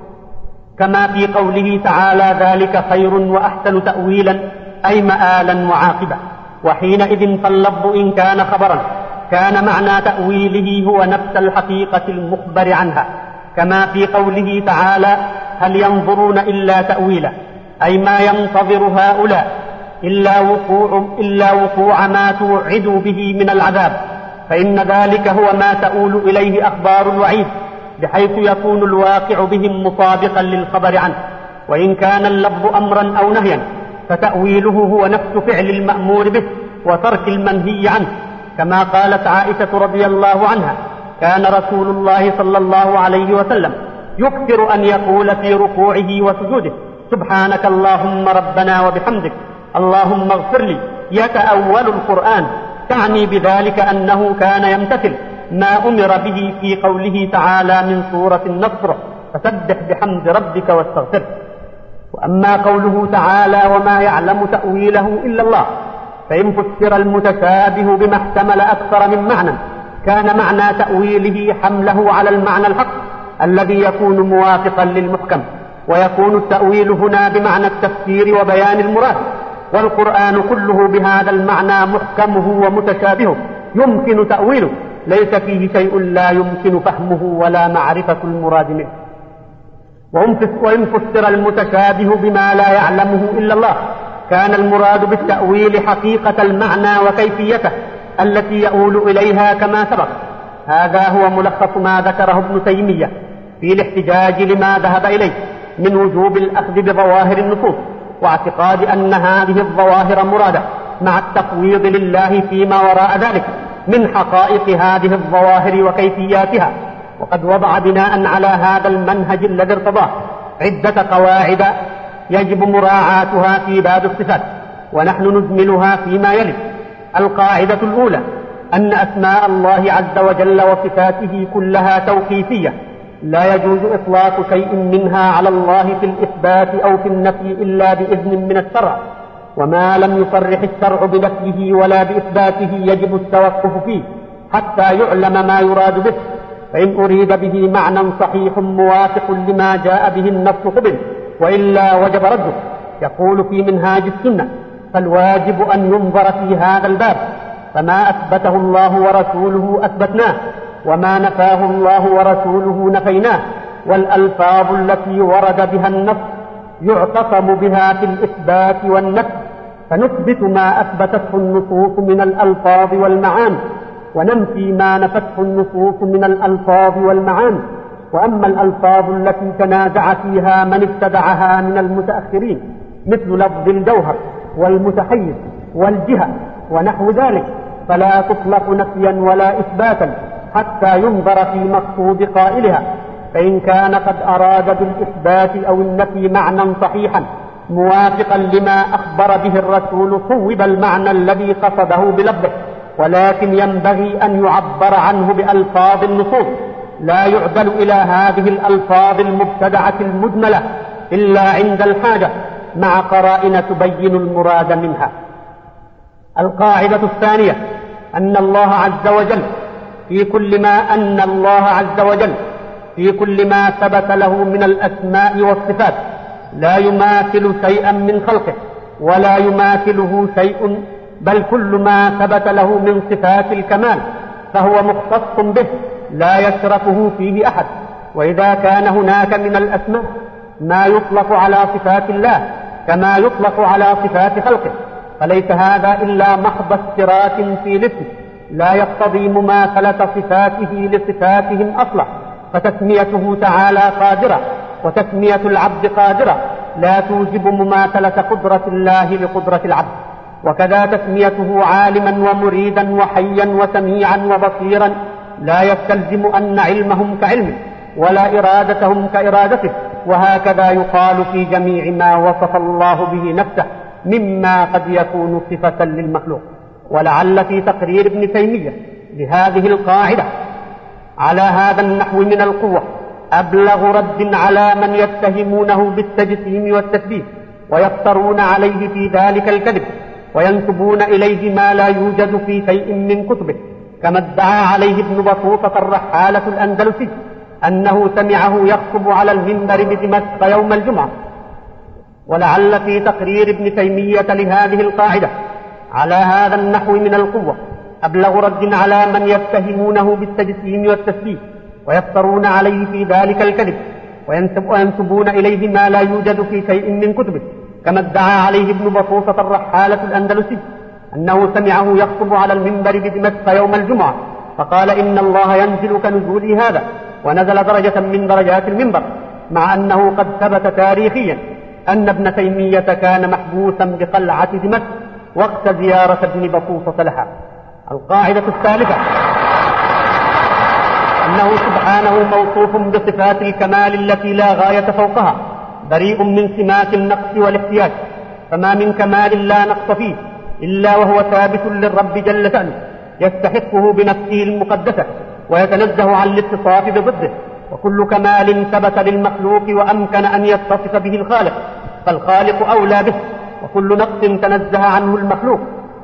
كما في قوله تعالى ذلك خير وأحسن تأويلا، أي مآلا وعاقبة. وحينئذ فاللفظ إن كان خبرا كان معنى تأويله هو نفس الحقيقة المخبر عنها، كما في قوله تعالى هل ينظرون إلا تأويله، أي ما ينتظر هؤلاء إلا وقوع, إلا وقوع ما توعدوا به من العذاب، فإن ذلك هو ما تؤول إليه أخبار الوعيد، بحيث يكون الواقع بهم مطابقا للخبر عنه. وإن كان اللفظ أمرا أو نهيا فتأويله هو نفس فعل المأمور به وترك المنهي عنه، كما قالت عائشة رضي الله عنها كان رسول الله صلى الله عليه وسلم يكثر أن يقول في ركوعه وسجوده سبحانك اللهم ربنا وبحمدك اللهم اغفر لي، يتأول القرآن، تعني بذلك أنه كان يمتثل ما أمر به في قوله تعالى من سورة النصر فسبح بحمد ربك واستغفره. وأما قوله تعالى وما يعلم تأويله إلا الله، فإن فسر المتشابه بما احتمل أكثر من معنى كان معنى تأويله حمله على المعنى الحق الذي يكون موافقا للمحكم، ويكون التأويل هنا بمعنى التفسير وبيان المراد، والقرآن كله بهذا المعنى محكمه ومتشابهه يمكن تأويله، ليس فيه شيء لا يمكن فهمه ولا معرفة المراد منه. وإن فسر المتشابه بما لا يعلمه إلا الله كان المراد بالتأويل حقيقة المعنى وكيفيته التي يؤول إليها كما سبق. هذا هو ملخص ما ذكره ابن تيمية في الاحتجاج لما ذهب إليه من وجوب الأخذ بظواهر النصوص واعتقاد أن هذه الظواهر مرادة مع التفويض لله فيما وراء ذلك من حقائق هذه الظواهر وكيفياتها. وقد وضع بناء على هذا المنهج الذي ارتضاه عدة قواعد يجب مراعاتها في باب الصفات، ونحن نجملها فيما يلي. القاعدة الأولى أن أسماء الله عز وجل وصفاته كلها توقيفية، لا يجوز إطلاق شيء منها على الله في الإثبات أو في النفي إلا بإذن من الشرع، وما لم يصرح الشرع بنفيه ولا بإثباته يجب التوقف فيه حتى يعلم ما يراد به، فإن أريد به معنى صحيح موافق لما جاء به النص قبل، وإلا وجب رده. يقول في منهاج السنة: فالواجب أن ينظر في هذا الباب، فما أثبته الله ورسوله أثبتناه، وما نفاه الله ورسوله نفيناه، والألفاظ التي ورد بها النص يعتصم بها في الإثبات والنفي، فنثبت ما أثبتته النصوص من الألفاظ والمعاني، وننفي ما نفته النصوص من الألفاظ والمعاني. وأما الألفاظ التي تنازع فيها من ابتدعها من المتأخرين مثل لفظ الجوهر والمتحيز والجهة ونحو ذلك فلا تطلق نفيا ولا إثباتا حتى ينظر في مقصود قائلها، فإن كان قد أراد بالإثبات أو النفي معنى صحيحا موافقا لما أخبر به الرسول صوب المعنى الذي قصده بلفظه، ولكن ينبغي أن يعبر عنه بألفاظ النصوص، لا يعدل إلى هذه الألفاظ المبتدعة المجملة إلا عند الحاجة مع قرائن تبين المراد منها. القاعدة الثانية أن الله عز وجل في كل ما أن الله عز وجل في كل ما ثبت له من الأسماء والصفات لا يماثل شيئا من خلقه ولا يماثله شيء، بل كل ما ثبت له من صفات الكمال فهو مختص به لا يشركه فيه أحد. وإذا كان هناك من الأسماء ما يطلق على صفات الله كما يطلق على صفات خلقه فليس هذا إلا محض اشتراك في الاسم لا يقتضي مماثلة صفاته لصفاتهم أصلا، فتسميته تعالى قادرة وتسمية العبد قادرة لا توجب مماثلة قدرة الله لقدرة العبد، وكذا تسميته عالما ومريدا وحيا وسميعا وبصيرا لا يستلزم أن علمهم كعلمه ولا إرادتهم كإرادته، وهكذا يقال في جميع ما وصف الله به نفسه مما قد يكون صفة للمخلوق. ولعل في تقرير ابن تيمية لهذه القاعدة على هذا النحو من القوة أبلغ رد على من يتهمونه بالتجسيم والتشبيه ويفترون عليه في ذلك الكذب وينسبون إليه ما لا يوجد في شيء من كتبه، كما ادعى عليه ابن بطوطة الرحالة الأندلسي أنه سمعه يخطب على المنبر بدمشق يوم الجمعة. ولعل في تقرير ابن تيمية لهذه القاعدة على هذا النحو من القوة أبلغ رد على من يتهمونه بالتجسيم والتشبيه ويفترون عليه في ذلك الكذب وينسبون إليه ما لا يوجد في شيء من كتبه، كما ادعى عليه ابن بطوطة الرحالة الأندلسي أنه سمعه يخطب على المنبر بدمشق يوم الجمعة فقال إن الله ينزل كنزول هذا، ونزل درجة من درجات المنبر، مع أنه قد ثبت تاريخيا أن ابن تيمية كان محبوسا بقلعة دمشق وقت زيارة ابن بطوطة لها. القاعدة الثالثة أنه سبحانه موصوف بصفات الكمال التي لا غاية فوقها، بريء من سمات النقص والاحتياج، فما من كمال لا نقص فيه إلا وهو ثابت للرب جل شأنه يستحقه بنفسه المقدسة ويتنزه عن الاتصاف بضده، وكل كمال ثبت للمخلوق وأمكن أن يتصف به الخالق فالخالق أولى به، وكل نقص تنزه عنه المخلوق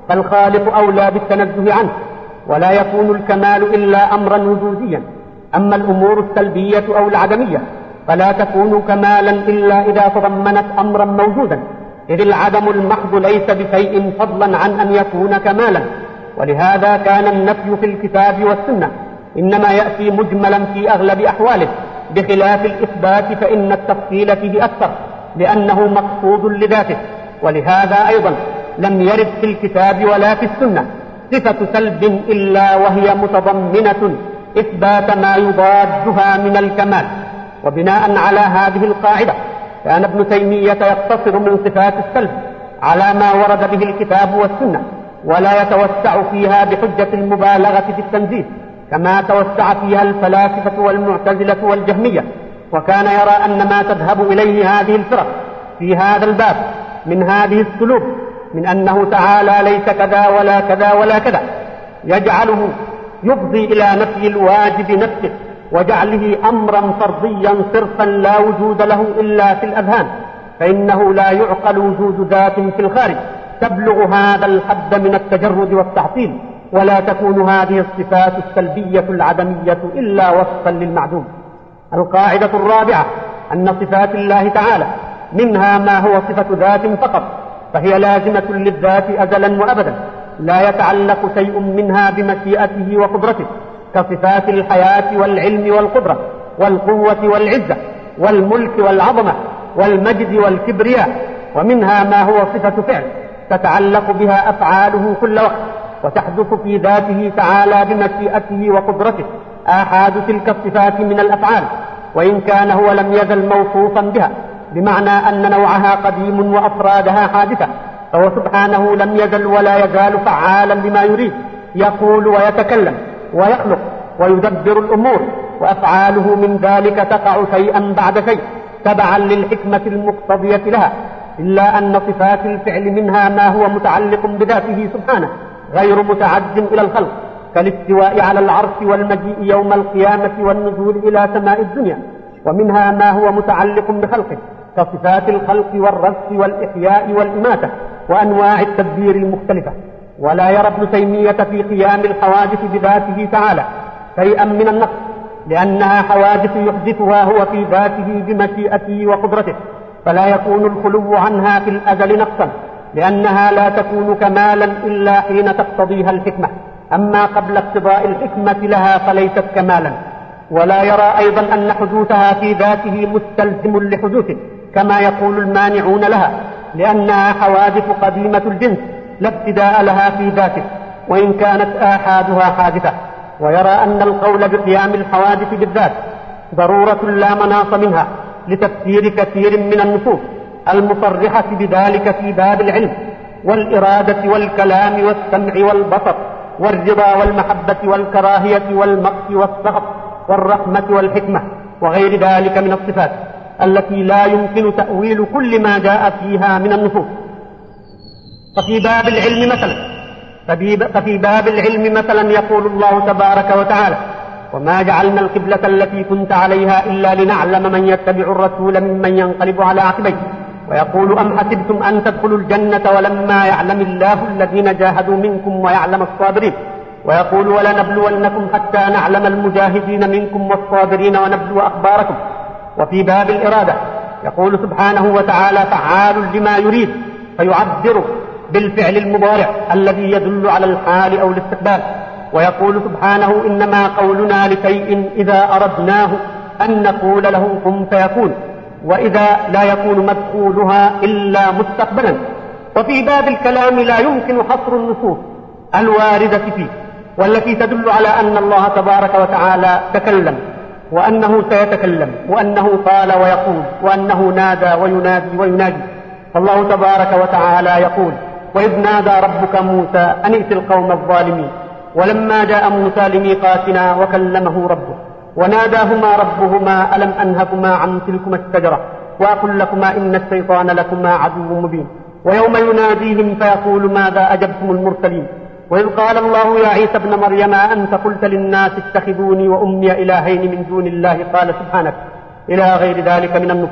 فالخالق أولى بالتنزه عنه، ولا يكون الكمال إلا أمرا وجوديا. أما الأمور السلبية أو العدمية فلا تكون كمالا إلا إذا تضمنت أمرا موجودا، إذ العدم المحض ليس بشيء فضلا عن أن يكون كمالا. ولهذا كان النفي في الكتاب والسنة إنما يأتي مجملا في أغلب أحواله، بخلاف الإثبات فإن التفصيل فيه أكثر لأنه مقصود لذاته. ولهذا أيضا لم يرد في الكتاب ولا في السنة صفة سلب إلا وهي متضمنة إثبات ما يضادها من الكمال. وبناء على هذه القاعدة كان ابن تيمية يقتصر من صفات السلب على ما ورد به الكتاب والسنة، ولا يتوسع فيها بحجة المبالغة في التنزيه كما توسع فيها الفلاسفة والمعتزلة والجهمية. وكان يرى أن ما تذهب إليه هذه الفرق في هذا الباب من هذه السلوك من أنه تعالى ليس كذا ولا كذا ولا كذا يجعله يفضي إلى نفي الواجب نفسه وجعله أمرا فرضيا صرفا لا وجود له إلا في الأذهان، فإنه لا يعقل وجود ذات في الخارج تبلغ هذا الحد من التجرد والتعطيل، ولا تكون هذه الصفات السلبية العدمية إلا وصفا للمعدوم. القاعدة الرابعة أن صفات الله تعالى منها ما هو صفة ذات فقط، فهي لازمة للذات أزلا وأبدا، لا يتعلق شيء منها بمشيئته وقدرته، كصفات الحياة والعلم والقدرة والقوة والعزة والملك والعظمة والمجد والكبرياء. ومنها ما هو صفة فعل تتعلق بها أفعاله كل وقت، وتحدث في ذاته تعالى بمشيئته وقدرته آحاد تلك الصفات من الأفعال، وإن كان هو لم يزل موصوفا بها، بمعنى أن نوعها قديم وأفرادها حادثة، فهو سبحانه لم يزل ولا يزال فعالا لما يريد، يقول ويتكلم ويخلق ويدبر الأمور، وأفعاله من ذلك تقع شيئا بعد شيء تبعا للحكمة المقتضية لها، إلا أن صفات الفعل منها ما هو متعلق بذاته سبحانه غير متعد إلى الخلق، كالاستواء على العرش والمجيء يوم القيامة والنزول إلى سماء الدنيا. ومنها ما هو متعلق بخلقه كصفات الخلق والرزق والإحياء والإماتة وأنواع التدبير المختلفة. ولا يرى ابن تيمية في قيام الحوادث بذاته تعالى شيئا من النقص، لأنها حوادث يحدثها هو في ذاته بمشيئته وقدرته، فلا يكون الخلو عنها في الأزل نقصا، لأنها لا تكون كمالا إلا حين تقتضيها الحكمة، أما قبل اقتضاء الحكمة لها فليست كمالا. ولا يرى أيضا أن حدوثها في ذاته مستلزم لحدوثه كما يقول المانعون لها، لأنها حوادث قديمة الجنس لا ابتداء لها في ذاته، وإن كانت آحادها حادثة. ويرى أن القول بقيام الحوادث بالذات ضرورة لا مناص منها لتفسير كثير من النصوص المصرحة بذلك في باب العلم والإرادة والكلام والسمع والبصر والرضا والمحبة والكراهية والمقت والسخط والرحمة والحكمة وغير ذلك من الصفات التي لا يمكن تأويل كل ما جاء فيها من النصوص. ففي باب العلم مثلا ففي باب العلم مثلا يقول الله تبارك وتعالى: وما جعلنا القبلة التي كنت عليها إلا لنعلم من يتبع الرسول ممن ينقلب على عقبيه. ويقول: أم حسبتم أن تدخلوا الجنة ولما يعلم الله الذين جاهدوا منكم ويعلم الصابرين. ويقول: ولنبلونكم حتى نعلم المجاهدين منكم والصابرين ونبلو أخباركم. وفي باب الإرادة يقول سبحانه وتعالى: فعال لما يريد، فيعبر بالفعل المضارع الذي يدل على الحال أو الاستقبال. ويقول سبحانه: إنما قولنا لشيء إذا أردناه أن نقول له كن فيكون، وإذا لا يكون مدخولها إلا مستقبلا. وفي باب الكلام لا يمكن حصر النصوص الواردة فيه والتي تدل على أن الله تبارك وتعالى تكلم، وأنه سيتكلم، وأنه قال ويقول، وأنه نادى وينادي وينادي. فالله تبارك وتعالى يقول: وإذ نادى ربك موسى أن ائت القوم الظالمين. ولما جاء موسى لميقاتنا وكلمه ربه وناداهما ربهما ألم أنهكما عن تلكما الشجرة وأقل لكما إن الشيطان لكما عدو مبين. ويوم يناديهم فيقول: ماذا أجبتم المرسلين. وإذ قال الله يا عيسى ابن مريم أنت قلت للناس اتخذوني وأمي إلهين من دون الله قال سبحانك، إلى غير ذلك من النصوص.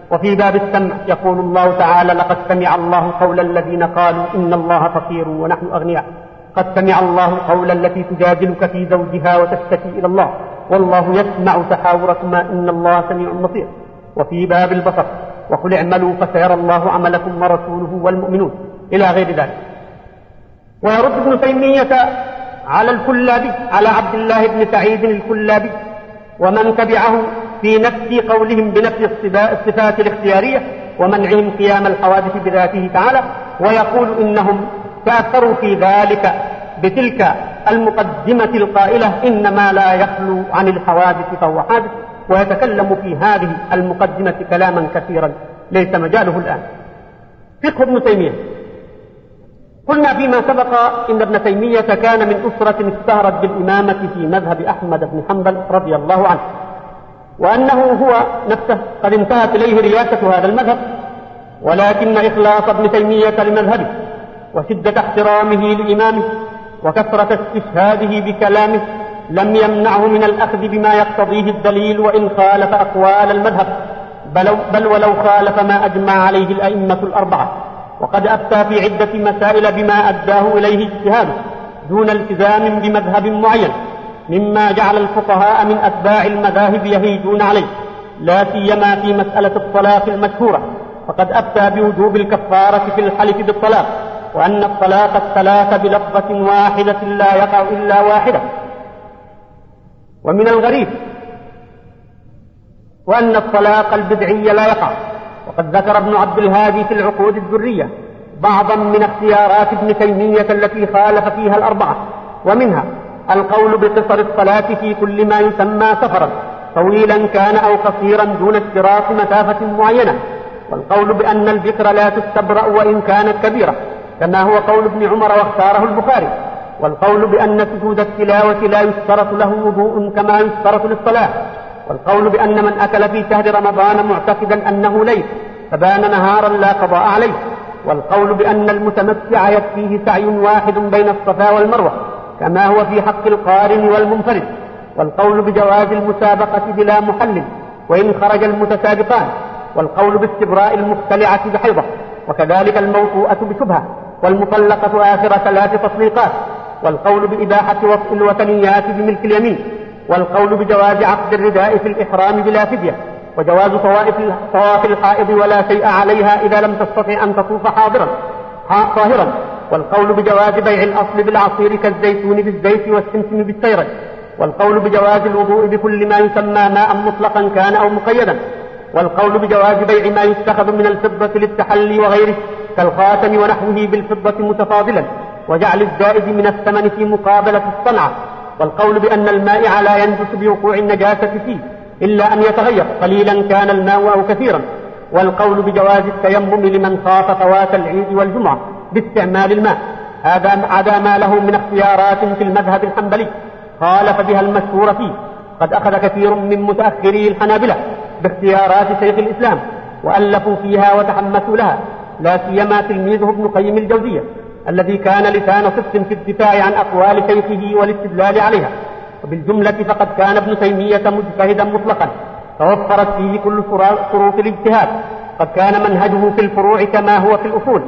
وفي باب السمع يقول الله تعالى: لقد سمع الله قول الذين قالوا إن الله فقير ونحن أغنياء، قد سمع الله قول التي تجادلك في زوجها وتشتكي إلى الله والله يسمع تحاوركما إن الله سميع بصير. وفي باب البصر: وقل اعملوا فسيرى الله عملكم ورسوله والمؤمنون، إلى غير ذلك. ويرد ابن تيمية على الكلابي على عبد الله بن سعيد الكلابي ومن تبعه في نفس قولهم بنفي الصفات الاختيارية ومنعهم قيام الحوادث بذاته تعالى، ويقول إنهم تأثروا في ذلك بتلك المقدمة القائلة إنما لا يخلو عن الحوادث فهو حادث، ويتكلم في هذه المقدمة كلاما كثيرا ليس مجاله الآن. فقه ابن تيمية: قلنا فيما سبق إن ابن تيمية كان من أسرة اشتهرت بالإمامة في مذهب أحمد بن حنبل رضي الله عنه، وأنه هو نفسه قد انتهت إليه رياسة هذا المذهب، ولكن إخلاص ابن تيمية لمذهبه وشدة احترامه لإمامه وكثرة استشهاده بكلامه لم يمنعه من الأخذ بما يقتضيه الدليل وإن خالف أقوال المذهب، بل, بل ولو خالف ما أجمع عليه الأئمة الأربعة. وقد أفتى في عدة مسائل بما أداه إليه اجتهاده دون التزام بمذهب معين، مما جعل الفقهاء من أتباع المذاهب يهيجون عليه، لا سيما في مسألة الطلاق المشهورة، فقد أفتى بوجوب الكفارة في الحلف بالطلاق، وأن الطلاق الثلاث بلفظة واحدة لا يقع إلا واحدة. ومن الغريب وأن الطلاق البدعي لا يقع. وقد ذكر ابن عبد الهادي في العقود الدرية بعضا من اختيارات ابن تيمية التي خالف فيها الأربعة، ومنها القول بقصر الصلاة في كل ما يسمى سفرا طويلا كان أو قصيرا دون اشتراط مسافة معينة، والقول بأن البكر لا تستبرأ وإن كانت كبيرة كما هو قول ابن عمر واختاره البخاري، والقول بأن سجود التلاوة لا يشترط له وضوء كما يشترط للصلاة، والقول بأن من أكل في شهر رمضان معتقدا أنه ليل فبان نهارا لا قضاء عليه، والقول بأن المتمتع يكفيه سعي واحد بين الصفا والمروة كما هو في حق القارن والمنفرد، والقول بجواز المسابقة بلا محلل وإن خرج المتسابقان، والقول باستبراء المختلعة بحيضة، وكذلك الموطوءة بشبهة، والمطلقة آخر ثلاث تطليقات، والقول بإباحة وطء الوثنيات بملك اليمين، والقول بجواز عقد الرداء في الإحرام بلا فدية، وجواز طواف الحائض ولا شيء عليها إذا لم تستطع أن تطوف حاضرا طاهرا، والقول بجواز بيع الأصل بالعصير كالزيتون بالزيت والسمسم بالسيرج، والقول بجواز الوضوء بكل ما يسمى ماء مطلقا كان أو مقيدا، والقول بجواز بيع ما يتخذ من الفضة للتحلي وغيره كالخاتم ونحوه بالفضة متفاضلا، وجعل الزائد من الثمن في مقابلة الصنعة، والقول بأن الماء لا ينجس بوقوع النجاسة فيه إلا أن يتغير قليلا كان الماء أو كثيرا، والقول بجواز التيمم لمن خاف فوات العيد والجمعة باستعمال الماء. هذا عدا ما له من اختيارات في المذهب الحنبلي خالف بها المشهور فيه. قد أخذ كثير من متأخري الحنابلة باختيارات شيخ الإسلام وألفوا فيها وتحمسوا لها، لا سيما تلميذه ابن قيم الجوزية الذي كان لسان صدق في الدفاع عن أقوال شيخه والاستدلال عليها. وبالجملة فقد كان ابن تيمية مجتهدا مطلقا توفرت فيه كل شروط الاجتهاد. قد كان منهجه في الفروع كما هو في الأصول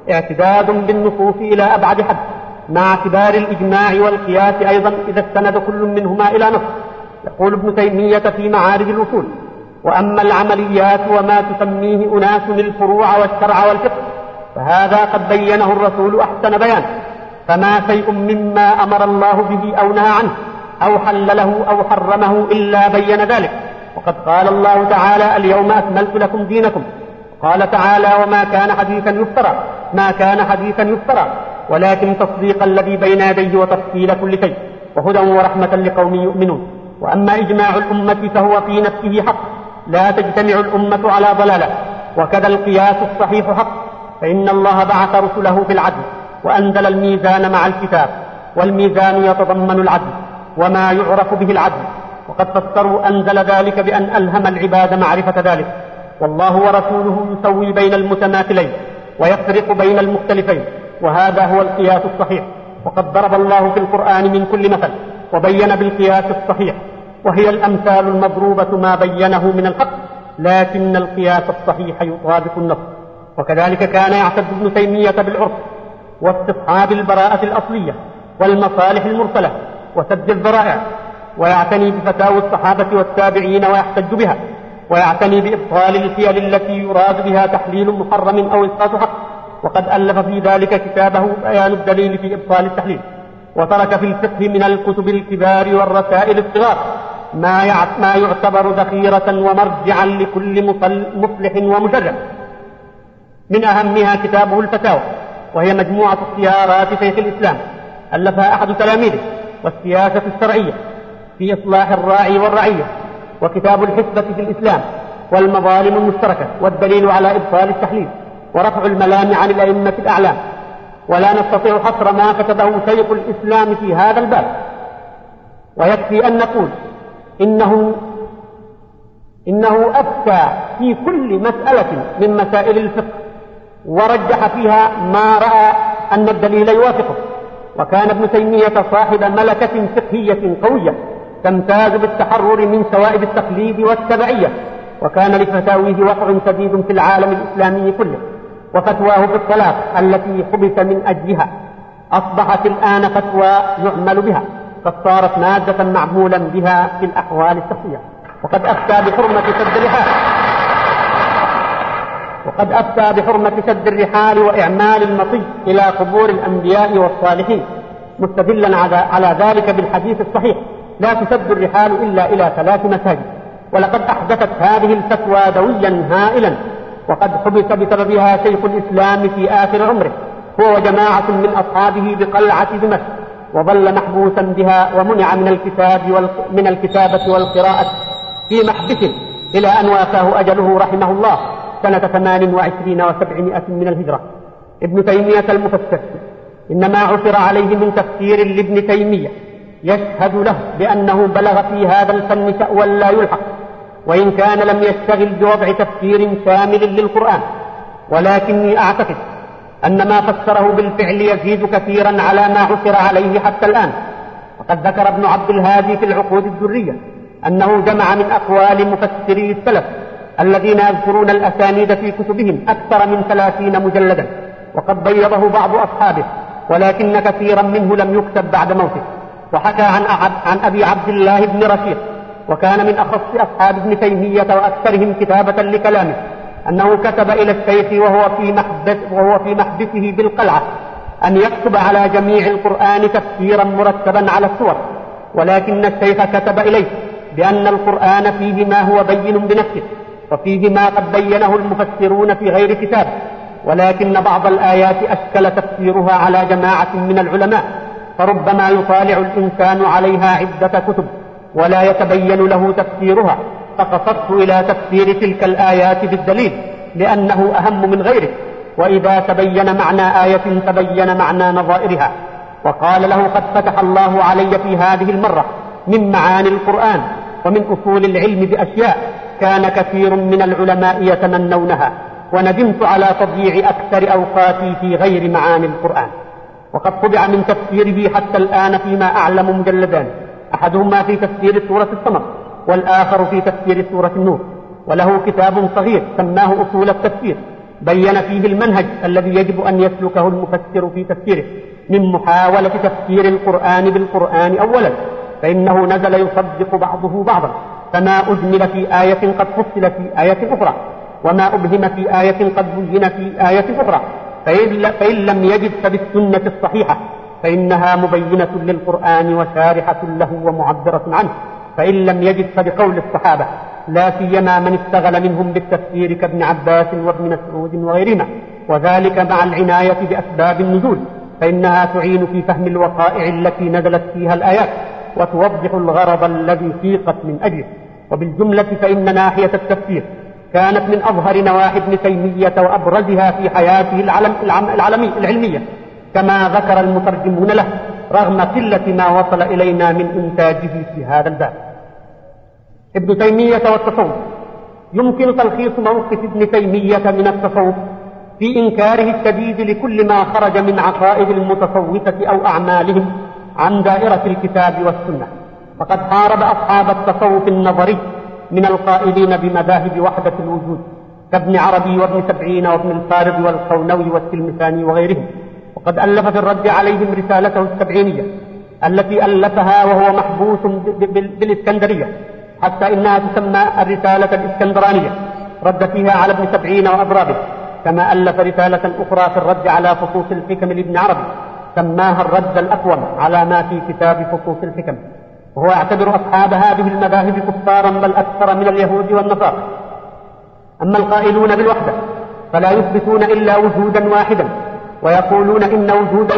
اعتداد بالنصوص إلى أبعد حد، مع اعتبار الإجماع والقياس أيضا إذا استند كل منهما إلى نص. يقول ابن تيمية في معارج الأصول: وأما العمليات وما تسميه أناس الفروع والشرع والفقه فهذا قد بينه الرسول أحسن بيان، فما شيء مما أمر الله به أو نهى عنه أو حلله أو حرمه إلا بين ذلك. وقد قال الله تعالى: اليوم أكملت لكم دينكم. قال تعالى: وما كان حديثا يفترى ما كان حديثا يفترى ولكن تصديق الذي بين يديه وتفصيل كل شيء وهدى ورحمة لقوم يؤمنون. وأما إجماع الأمة فهو في نفسه حق، لا تجتمع الأمة على ضلالة. وكذا القياس الصحيح حق، فإن الله بعث رسله بالعدل وأنزل الميزان مع الكتاب، والميزان يتضمن العدل وما يعرف به العدل. وقد فسروا أنزل ذلك بأن ألهم العباد معرفة ذلك. والله ورسوله يسوي بين المتماثلين ويفرق بين المختلفين، وهذا هو القياس الصحيح. وقد ضرب الله في القرآن من كل مثل وبين بالقياس الصحيح، وهي الأمثال المضروبة ما بينه من الحق لكن القياس الصحيح يطابق النص. وكذلك كان يعتد ابن تيمية بالعرف واستصحاب البراءة الأصلية والمصالح المرسلة وسد الذرائع، ويعتني بفتاوى الصحابة والتابعين ويحتج بها، ويعتني بإبطال الحيل التي يراد بها تحليل محرم أو إسقاط حق، وقد ألف في ذلك كتابه بيان الدليل في إبطال التحليل. وترك في الفقه من الكتب الكبار والرسائل الصغار ما يعتبر ذخيرة ومرجعا لكل مصلح ومجرد. من أهمها كتابه الفتاوى، وهي مجموعة اختيارات شيخ الإسلام ألفها أحد تلاميذه، والسياسة الشرعية في إصلاح الراعي والرعية، وكتاب الحسبة في الإسلام، والمظالم المشتركة، والدليل على إبطال التحليل، ورفع الملام عن الأئمة الأعلام. ولا نستطيع حصر ما كتبه شيخ الإسلام في هذا الباب، ويكفي أن نقول إنه إنه أفتى في كل مسألة من مسائل الفقه ورجح فيها ما رأى أن الدليل يوافقه. وكان ابن تيمية صاحب ملكة فقهية قوية تمتاز بالتحرر من شوائب التقليد والتبعية، وكان لفتاويه وقع شديد في العالم الإسلامي كله. وفتواه في الطلاق التي حبس من أجلها أصبحت الآن فتوى يعمل بها، قد صارت مادة معمولا بها في الأحوال الشخصية. وقد أفتى بحرمة سد الرحال وقد أفتى بحرمة سد الرحال وإعمال المطي إلى قبور الأنبياء والصالحين، مستدلا على ذلك بالحديث الصحيح: لا تسد الرحال إلا إلى ثلاث مساجد. ولقد أحدثت هذه الفتوى دويا هائلا، وقد حبس بسببها شيخ الإسلام في آخر عمره هو وجماعة من أصحابه بقلعة دمشق، وظل محبوسا بها ومنع من الكتاب من الكتابة والقراءة في محبس إلى أن وافاه أجله رحمه الله سنة ثمان وعشرين وسبعمائة من الهجرة. ابن تيمية المفسر إنما عثر عليه من تفسير لابن تيمية يشهد له بأنه بلغ في هذا الفن شأوا لا يلحق، وإن كان لم يشتغل بوضع تفسير كامل للقرآن. ولكني أعتقد أن ما فسره بالفعل يزيد كثيرا على ما عثر عليه حتى الآن. وقد ذكر ابن عبد الهادي في العقود الدرية أنه جمع من أقوال مفسري السلف الذين يذكرون الأسانيد في كتبهم أكثر من ثلاثين مجلدا، وقد بيضه بعض أصحابه، ولكن كثيرا منه لم يكتب بعد موته. وحكى عن, عن أبي عبد الله بن رشيد، وكان من أخص أصحاب ابن تيمية وأكثرهم كتابة لكلامه، أنه كتب إلى الشيخ وهو في محبس وهو في محبسه بالقلعة أن يكتب على جميع القرآن تفسيرا مرتبا على السور، ولكن الشيخ كتب إليه بأن القرآن فيه ما هو بين بنفسه، وفيه ما قد بينه المفسرون في غير كتاب، ولكن بعض الآيات أشكل تفسيرها على جماعة من العلماء، فربما يطالع الإنسان عليها عدة كتب ولا يتبين له تفسيرها، فقصدت إلى تفسير تلك الآيات بالدليل لأنه أهم من غيره، وإذا تبين معنى آية تبين معنى نظائرها. وقال له: قد فتح الله علي في هذه المرة من معاني القرآن ومن أصول العلم بأشياء كان كثير من العلماء يتمنونها، وندمت على تضييع أكثر أوقاتي في غير معاني القرآن. وقد طبع من تفسيره حتى الآن فيما أعلم مجلدان، أحدهما في تفسير سورة الصمد، والآخر في تفسير سورة النور. وله كتاب صغير سماه أصول التفسير، بين فيه المنهج الذي يجب أن يسلكه المفسر في تفسيره، من محاولة تفسير القرآن بالقرآن أولا، فإنه نزل يصدق بعضه بعضا، فما أجمل في آية قد فصل في آية أخرى، وما أبهم في آية قد بين في آية أخرى، فإن لم يجد فبالسنة الصحيحة، فإنها مبينة للقرآن وشارحة له ومعبرة عنه، فإن لم يجد فبقول الصحابة، لا سيما من اشتغل منهم بالتفسير كابن عباس وابن مسعود وغيرهما، وذلك مع العناية بأسباب النزول، فإنها تعين في فهم الوقائع التي نزلت فيها الآيات، وتوضح الغرض الذي سيقت من أجله. وبالجملة فإن ناحية التفسير كانت من أظهر نواحي ابن تيمية وأبرزها في حياته العلم العلمي العلمية، كما ذكر المترجمون له، رغم قلة ما وصل إلينا من إنتاجه في هذا الباب. ابن تيمية والتصوف. يمكن تلخيص موقف ابن تيمية من التصوف في إنكاره الشديد لكل ما خرج من عقائد المتصوفة أو أعمالهم عن دائرة الكتاب والسنة، فقد حارب أصحاب التصوف النظري من القائلين بمذاهب وحدة الوجود كابن عربي وابن سبعين وابن الفارض والقونوي والتلمساني وغيرهم. وقد ألف في الرد عليهم رسالته السبعينية التي ألفها وهو محبوس بالإسكندرية، حتى إنها تسمى الرسالة الإسكندرانية، رد فيها على ابن سبعين وأضرابه. كما ألف رسالة أخرى في الرد على فصوص الحكم لابن عربي سماها الرد الأقوم على ما في كتاب فصوص الحكم. وهو يعتبر أصحاب هذه المذاهب كفارا بل أكثر من اليهود والنصارى. أما القائلون بالوحدة فلا يثبتون إلا وجودا واحدا، ويقولون إن وجود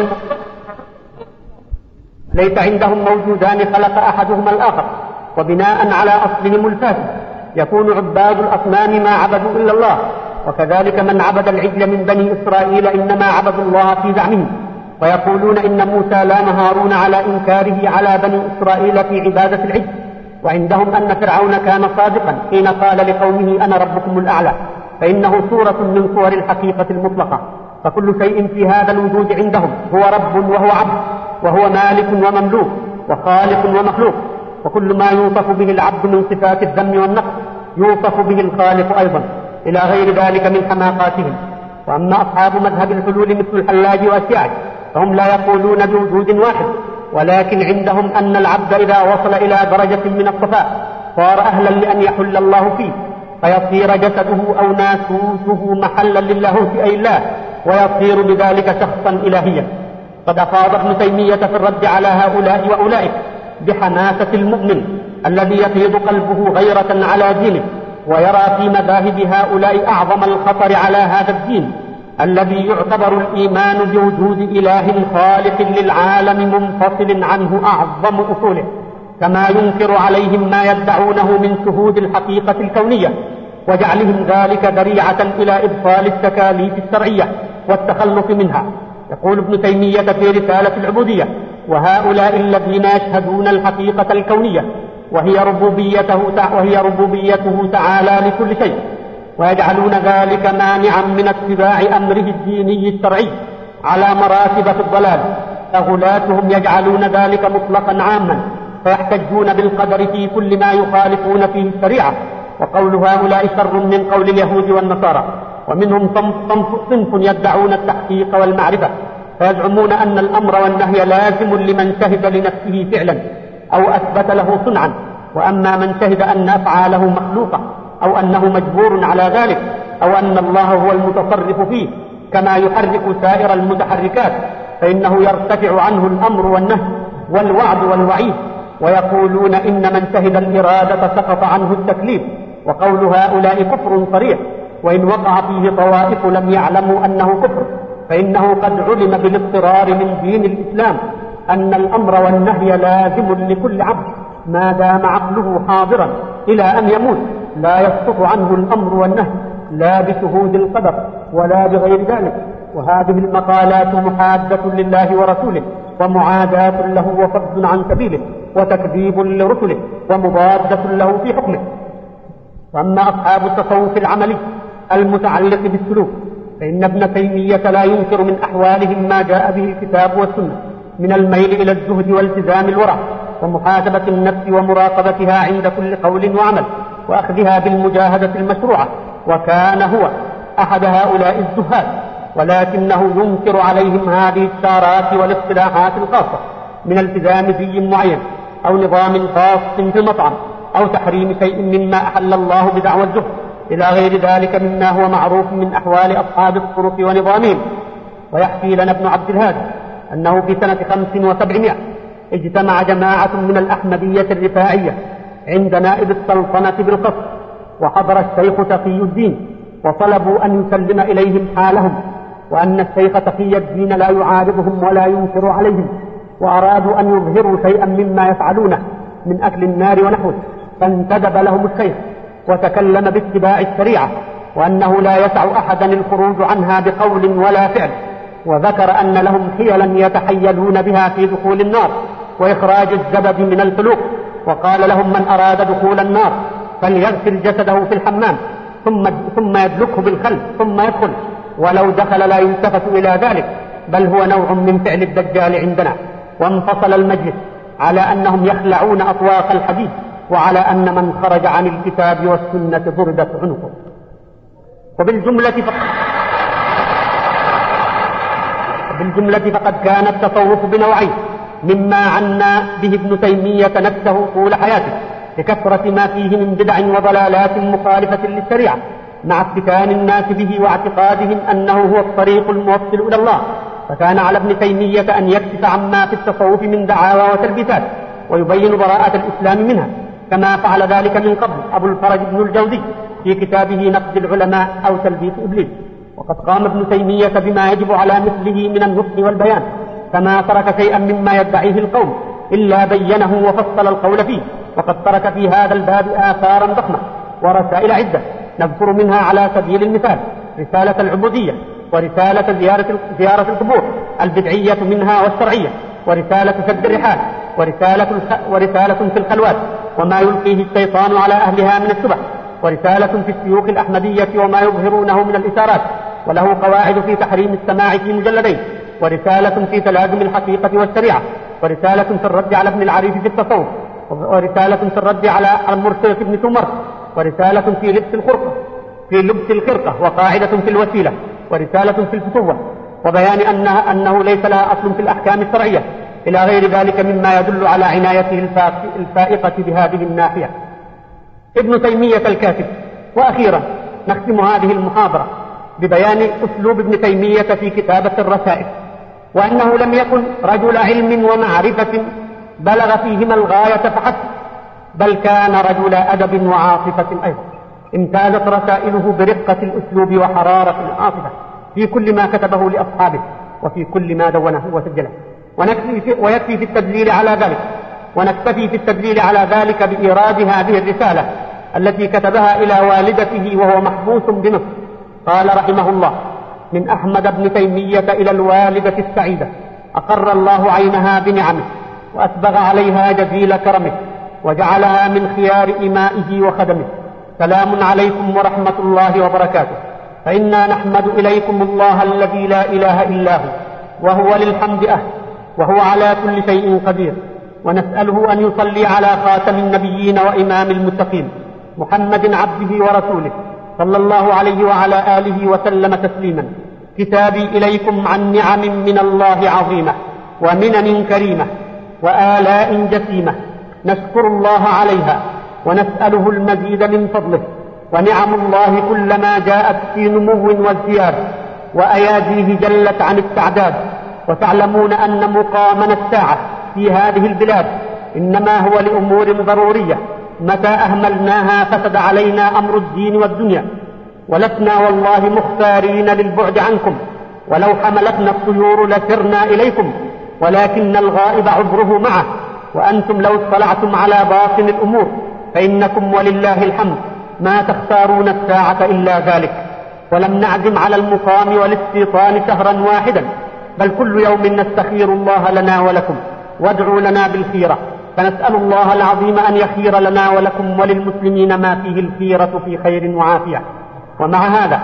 ليس عندهم موجودان خلق أحدهما الآخر، وبناء على أصلهم الفاسد يكون عباد الأصنام ما عبدوا إلا الله، وكذلك من عبد العجل من بني إسرائيل إنما عبدوا الله في زعمهم. ويقولون إن موسى لام هارون على إنكاره على بني إسرائيل في عبادة العجل، وعندهم أن فرعون كان صادقا حين قال لقومه أنا ربكم الأعلى، فإنه صورة من صور الحقيقة المطلقة. فكل شيء في هذا الوجود عندهم هو رب وهو عبد، وهو مالك ومملوك، وخالق ومخلوق. وكل ما يوصف به العبد من صفات الذم والنقص يوصف به الخالق أيضا، إلى غير ذلك من حماقاتهم. وأما أصحاب مذهب الحلول مثل الحلاج وأشياعه فهم لا يقولون بوجود واحد، ولكن عندهم أن العبد إذا وصل إلى درجة من الصفاء صار أهلا لأن يحل الله فيه، فيصير جسده أو ناسوته محلا للاهوت أي الله، ويصير بذلك شخصا إلهيا. قد أفاض ابن تيمية في الرد على هؤلاء وأولئك بحماسة المؤمن الذي يفيض قلبه غيرة على دينه، ويرى في مذاهب هؤلاء أعظم الخطر على هذا الدين الذي يعتبر الإيمان بوجود إله خالق للعالم منفصل عنه أعظم أصوله، كما ينكر عليهم ما يدعونه من شهود الحقيقة الكونية وجعلهم ذلك ذريعة إلى إبطال التكاليف الشرعية والتخلص منها. يقول ابن تيمية في رسالة العبودية: وهؤلاء الذين يشهدون الحقيقة الكونية وهي ربوبيته وهي ربوبيته تعالى لكل شيء، ويجعلون ذلك مانعا من اتباع أمره الديني الشرعي على مراتب في الضلال، فغلاتهم يجعلون ذلك مطلقا عاما، فيحتجون بالقدر في كل ما يخالفون فيه الشريعة. وقول هؤلاء شر من قول اليهود والنصارى. ومنهم صنف يدعون التحقيق والمعرفة، فيزعمون أن الأمر والنهي لازم لمن شهد لنفسه فعلا أو أثبت له صنعا، وأما من شهد أن أفعاله مخلوقة أو أنه مجبور على ذلك أو أن الله هو المتصرف فيه كما يحرك سائر المتحركات فإنه يرتفع عنه الأمر والنهي والوعد والوعيد. ويقولون إن من شهد الإرادة سقط عنه التكليف. وقول هؤلاء كفر صريح، وإن وقع فيه طوائف لم يعلموا أنه كفر، فإنه قد علم بالاضطرار من دين الإسلام أن الأمر والنهي لازم لكل عبد ما دام عقله حاضرا إلى أن يموت، لا يسقط عنه الأمر والنهي لا بشهود القدر ولا بغير ذلك. وهذه المقالات محادة لله ورسوله، ومعاداة له وصد عن سبيله، وتكذيب لرسله، ومضادة له في حكمه. وأما أصحاب التصوف العملي المتعلق بالسلوك فإن ابن تيمية لا ينكر من أحوالهم ما جاء به الكتاب والسنة من الميل إلى الزهد والتزام الورع ومحاسبة النفس ومراقبتها عند كل قول وعمل، وأخذها بالمجاهدة المشروعة. وكان هو أحد هؤلاء الزهاد، ولكنه ينكر عليهم هذه الشارات والاصطلاحات الخاصة من التزام زي معين أو نظام خاص في المطعم أو تحريم شيء مما أحل الله بدعوى الزهد إلى غير ذلك مما هو معروف من أحوال أصحاب الطرق ونظامهم. ويحكي لنا ابن عبد الهادي أنه في سنة خمس وسبعمائة اجتمع جماعة من الأحمدية الرفاعية عند نائب السلطنة بالقصر، وحضر الشيخ تقي الدين، وطلبوا أن يسلم إليهم حالهم، وأن الشيخ تقي الدين لا يعارضهم ولا ينكر عليهم، وأرادوا أن يظهروا شيئا مما يفعلونه من أكل النار ونحوه، فانتدب لهم الشيخ وتكلم باتباع الشريعة، وأنه لا يسع أحدا الخروج عنها بقول ولا فعل، وذكر أن لهم حيلا يتحيلون بها في دخول النار وإخراج الزبد من الفلوق. وقال لهم: من أراد دخول النار فليغسل جسده في الحمام ثم ثم يدلكه بالخل ثم يدخل، ولو دخل لا يلتفت إلى ذلك، بل هو نوع من فعل الدجال عندنا. وانفصل المجلس على أنهم يخلعون أطواق الحديد وعلى أن من خرج عن الكتاب والسنة ضربت عنقه. وبالجملة فقط بالجملة فقد كان التصوف بنوعين، مما عنى به ابن تيمية نفسه طول حياته لكثرة ما فيه من بدع وضلالات مخالفة للشريعة، مع افتتان الناس به واعتقادهم أنه هو الطريق الموصل إلى الله. فكان على ابن تيمية أن يكشف عما في التصوف من دعاوى وتلبيسات ويبين براءة الإسلام منها، كما فعل ذلك من قبل أبو الفرج بن الجوزي في كتابه نقد العلماء أو تلبيس إبليس. وقد قام ابن تيمية بما يجب على مثله من النصح والبيان، فما ترك شيئا مما يدعيه القوم إلا بينه وفصل القول فيه. وقد ترك في هذا الباب آثارا ضخمة ورسائل عدة، نذكر منها على سبيل المثال رسالة العبودية، ورسالة زيارة, زيارة القبور البدعية منها والشرعية، ورسالة سد الرحال، ورسالة, الخ... ورسالة في الخلوات وما يلقيه الشيطان على أهلها من الشبه، ورسالة في الشيوخ الأحمدية وما يظهرونه من الإشارات، وله قواعد في تحريم السماع في مجلدين، ورسالة في تلازم الحقيقة والشريعة، ورسالة في الرد على ابن العريف في التصوف، ورسالة في الرد على المرسلة ابن سمر، ورسالة في لبس الخرقة في لبس الخرقة وقاعدة في الوسيلة، ورسالة في الفتوة وبيان أنها أنه ليس لها أصل في الأحكام الشرعية، إلى غير ذلك مما يدل على عنايته الفائقة بهذه الناحية. ابن تيمية الكاتب. وأخيرا نختم هذه المحاضرة ببيان أسلوب ابن تيمية في كتابة الرسائل، وأنه لم يكن رجل علم ومعرفة بلغ فيهما الغاية فحسب، بل كان رجل أدب وعاطفة أيضا. امتازت رسائله برقة الأسلوب وحرارة العاطفة في كل ما كتبه لأصحابه وفي كل ما دونه وسجله، ويكفي في التدليل على ذلك ونكتفي في التدليل على ذلك بإيراد هذه الرسالة التي كتبها إلى والدته وهو محبوس بمصر. قال رحمه الله: من أحمد بن تيمية إلى الوالدة السعيدة، أقر الله عينها بنعمه وأسبغ عليها جزيل كرمه وجعلها من خيار إمائه وخدمه. سلام عليكم ورحمة الله وبركاته. فإنا نحمد إليكم الله الذي لا إله إلا هو، وهو للحمد أهل، وهو على كل شيء قدير، ونسأله أن يصلي على خاتم النبيين وإمام المتقين محمد عبده ورسوله صلى الله عليه وعلى آله وسلم تسليما. كتابي إليكم عن نعم من الله عظيمة ومنن كريمة وآلاء جسيمة، نشكر الله عليها ونسأله المزيد من فضله. ونعم الله كلما جاءت في نمو وازدياد، وأياديه جلت عن التعداد. وتعلمون أن مقامنا الساعة في هذه البلاد إنما هو لأمور ضرورية، متى أهملناها فسد علينا أمر الدين والدنيا، ولسنا والله مختارين للبعد عنكم، ولو حملتنا الطيور لسرنا إليكم، ولكن الغائب عذره معه، وأنتم لو اطلعتم على باطن الأمور فإنكم ولله الحمد ما تختارون الساعة إلا ذلك. ولم نعزم على المقام والاستيطان شهرا واحدا، بل كل يوم نستخير الله لنا ولكم، وادعوا لنا بالخيرة، فنسأل الله العظيم أن يخير لنا ولكم وللمسلمين ما فيه الخيرة في خير وعافية. ومع هذا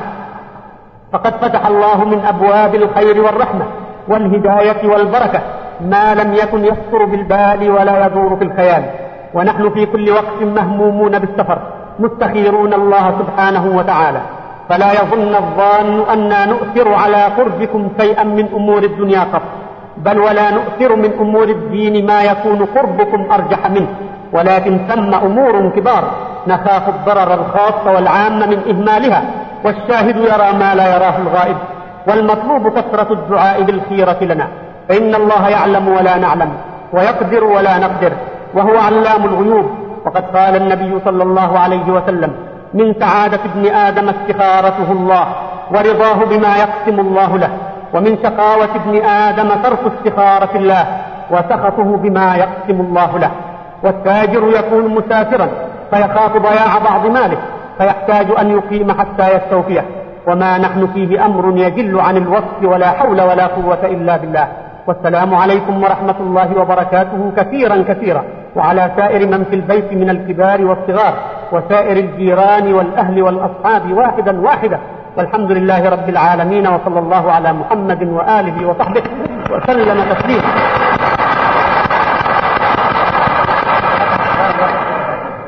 فقد فتح الله من أبواب الخير والرحمة والهداية والبركة ما لم يكن يخطر بالبال ولا يدور في الخيال، ونحن في كل وقت مهمومون بالسفر مستخيرون الله سبحانه وتعالى. فلا يظن الظان أننا نؤثر على قربكم شيئا من أمور الدنيا قط، بل ولا نؤثر من أمور الدين ما يكون قربكم أرجح منه، ولكن ثم أمور كبار نخاف الضرر الخاص والعام من إهمالها، والشاهد يرى ما لا يراه الغائب، والمطلوب كثرة الدعاء بالخيرة لنا، فإن الله يعلم ولا نعلم، ويقدر ولا نقدر، وهو علام الغيوب. وقد قال النبي صلى الله عليه وسلم: من سعادة ابن آدم استخارته الله ورضاه بما يقسم الله له، ومن شقاوة ابن آدم ترك استخارة الله وسخطه بما يقسم الله له. والتاجر يكون مسافرا فيخاف ضياع بعض ماله فيحتاج أن يقيم حتى يستوفيه، وما نحن فيه أمر يجل عن الوصف، ولا حول ولا قوة إلا بالله. والسلام عليكم ورحمة الله وبركاته كثيرا كثيرا، وعلى سائر من في البيت من الكبار والصغار، وسائر الجيران والأهل والأصحاب واحدا واحدا، والحمد لله رب العالمين، وصلى الله على محمد وآله وصحبه وسلم تسليما.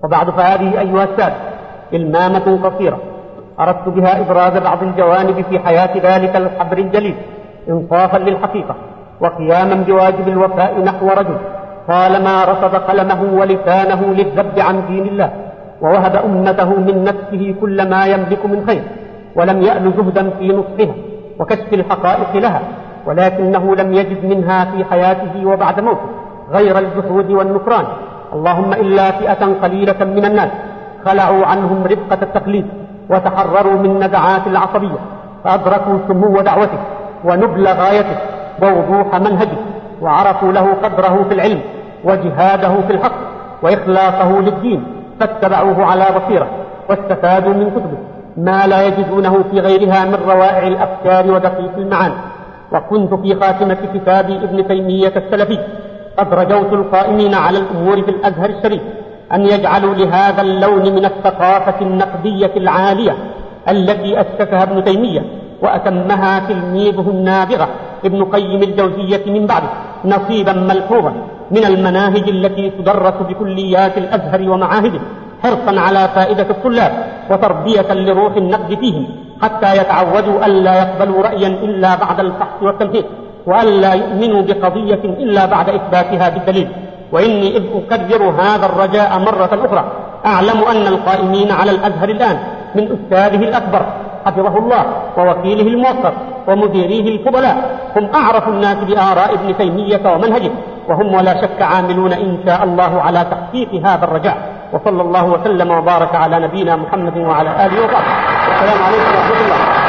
وبعد، فهذه أيها السادة إلمامة قصيرة أردت بها إبراز بعض الجوانب في حياة ذلك الحبر الجليل، إنصافا للحقيقة وقياما بواجب الوفاء نحو رجل طالما رصد قلمه ولسانه للذب عن دين الله، ووهب أمته من نفسه كل ما يملك من خير، ولم يأل جهدا في نصحها وكشف الحقائق لها، ولكنه لم يجد منها في حياته وبعد موته غير الجحود والنكران، اللهم إلا فئة قليلة من الناس خلعوا عنهم رفقة التقليد وتحرروا من نزعات العصبية، فأدركوا سمو دعوته ونبل غايته ووضوح منهجه، وعرفوا له قدره في العلم وجهاده في الحق وإخلاصه للدين، فاتبعوه على بصيرة واستفادوا من كتبه ما لا يجدونه في غيرها من روائع الأفكار ودقيق المعاني. وكنت في خاتمة كتاب ابن تيمية السلفي قد رجوت القائمين على الأمور في الأزهر الشريف أن يجعلوا لهذا اللون من الثقافة النقدية العالية التي أسسها ابن تيمية وأتمها تلميذه النابغة ابن قيم الجوزية من بعده نصيبا ملحوظا من المناهج التي تدرس بكليات الأزهر ومعاهده، حرصا على فائدة الطلاب وتربية لروح النقد فيهم، حتى يتعودوا ألا يقبلوا رأيا إلا بعد الفحص والتمهيد، وألا يؤمنوا بقضية إلا بعد إثباتها بالدليل. وإني إذ أكرر هذا الرجاء مرة أخرى أعلم أن القائمين على الأزهر الآن من أستاذه الأكبر حفظه الله ووكيله الموقر ومديريه الفضلاء هم أعرف الناس بآراء ابن تيمية ومنهجه، وهم ولا شك عاملون إن شاء الله على تحقيق هذا الرجاء. وصلى الله وسلم وبارك على نبينا محمد وعلى آله وصحبه. السلام عليكم ورحمة الله.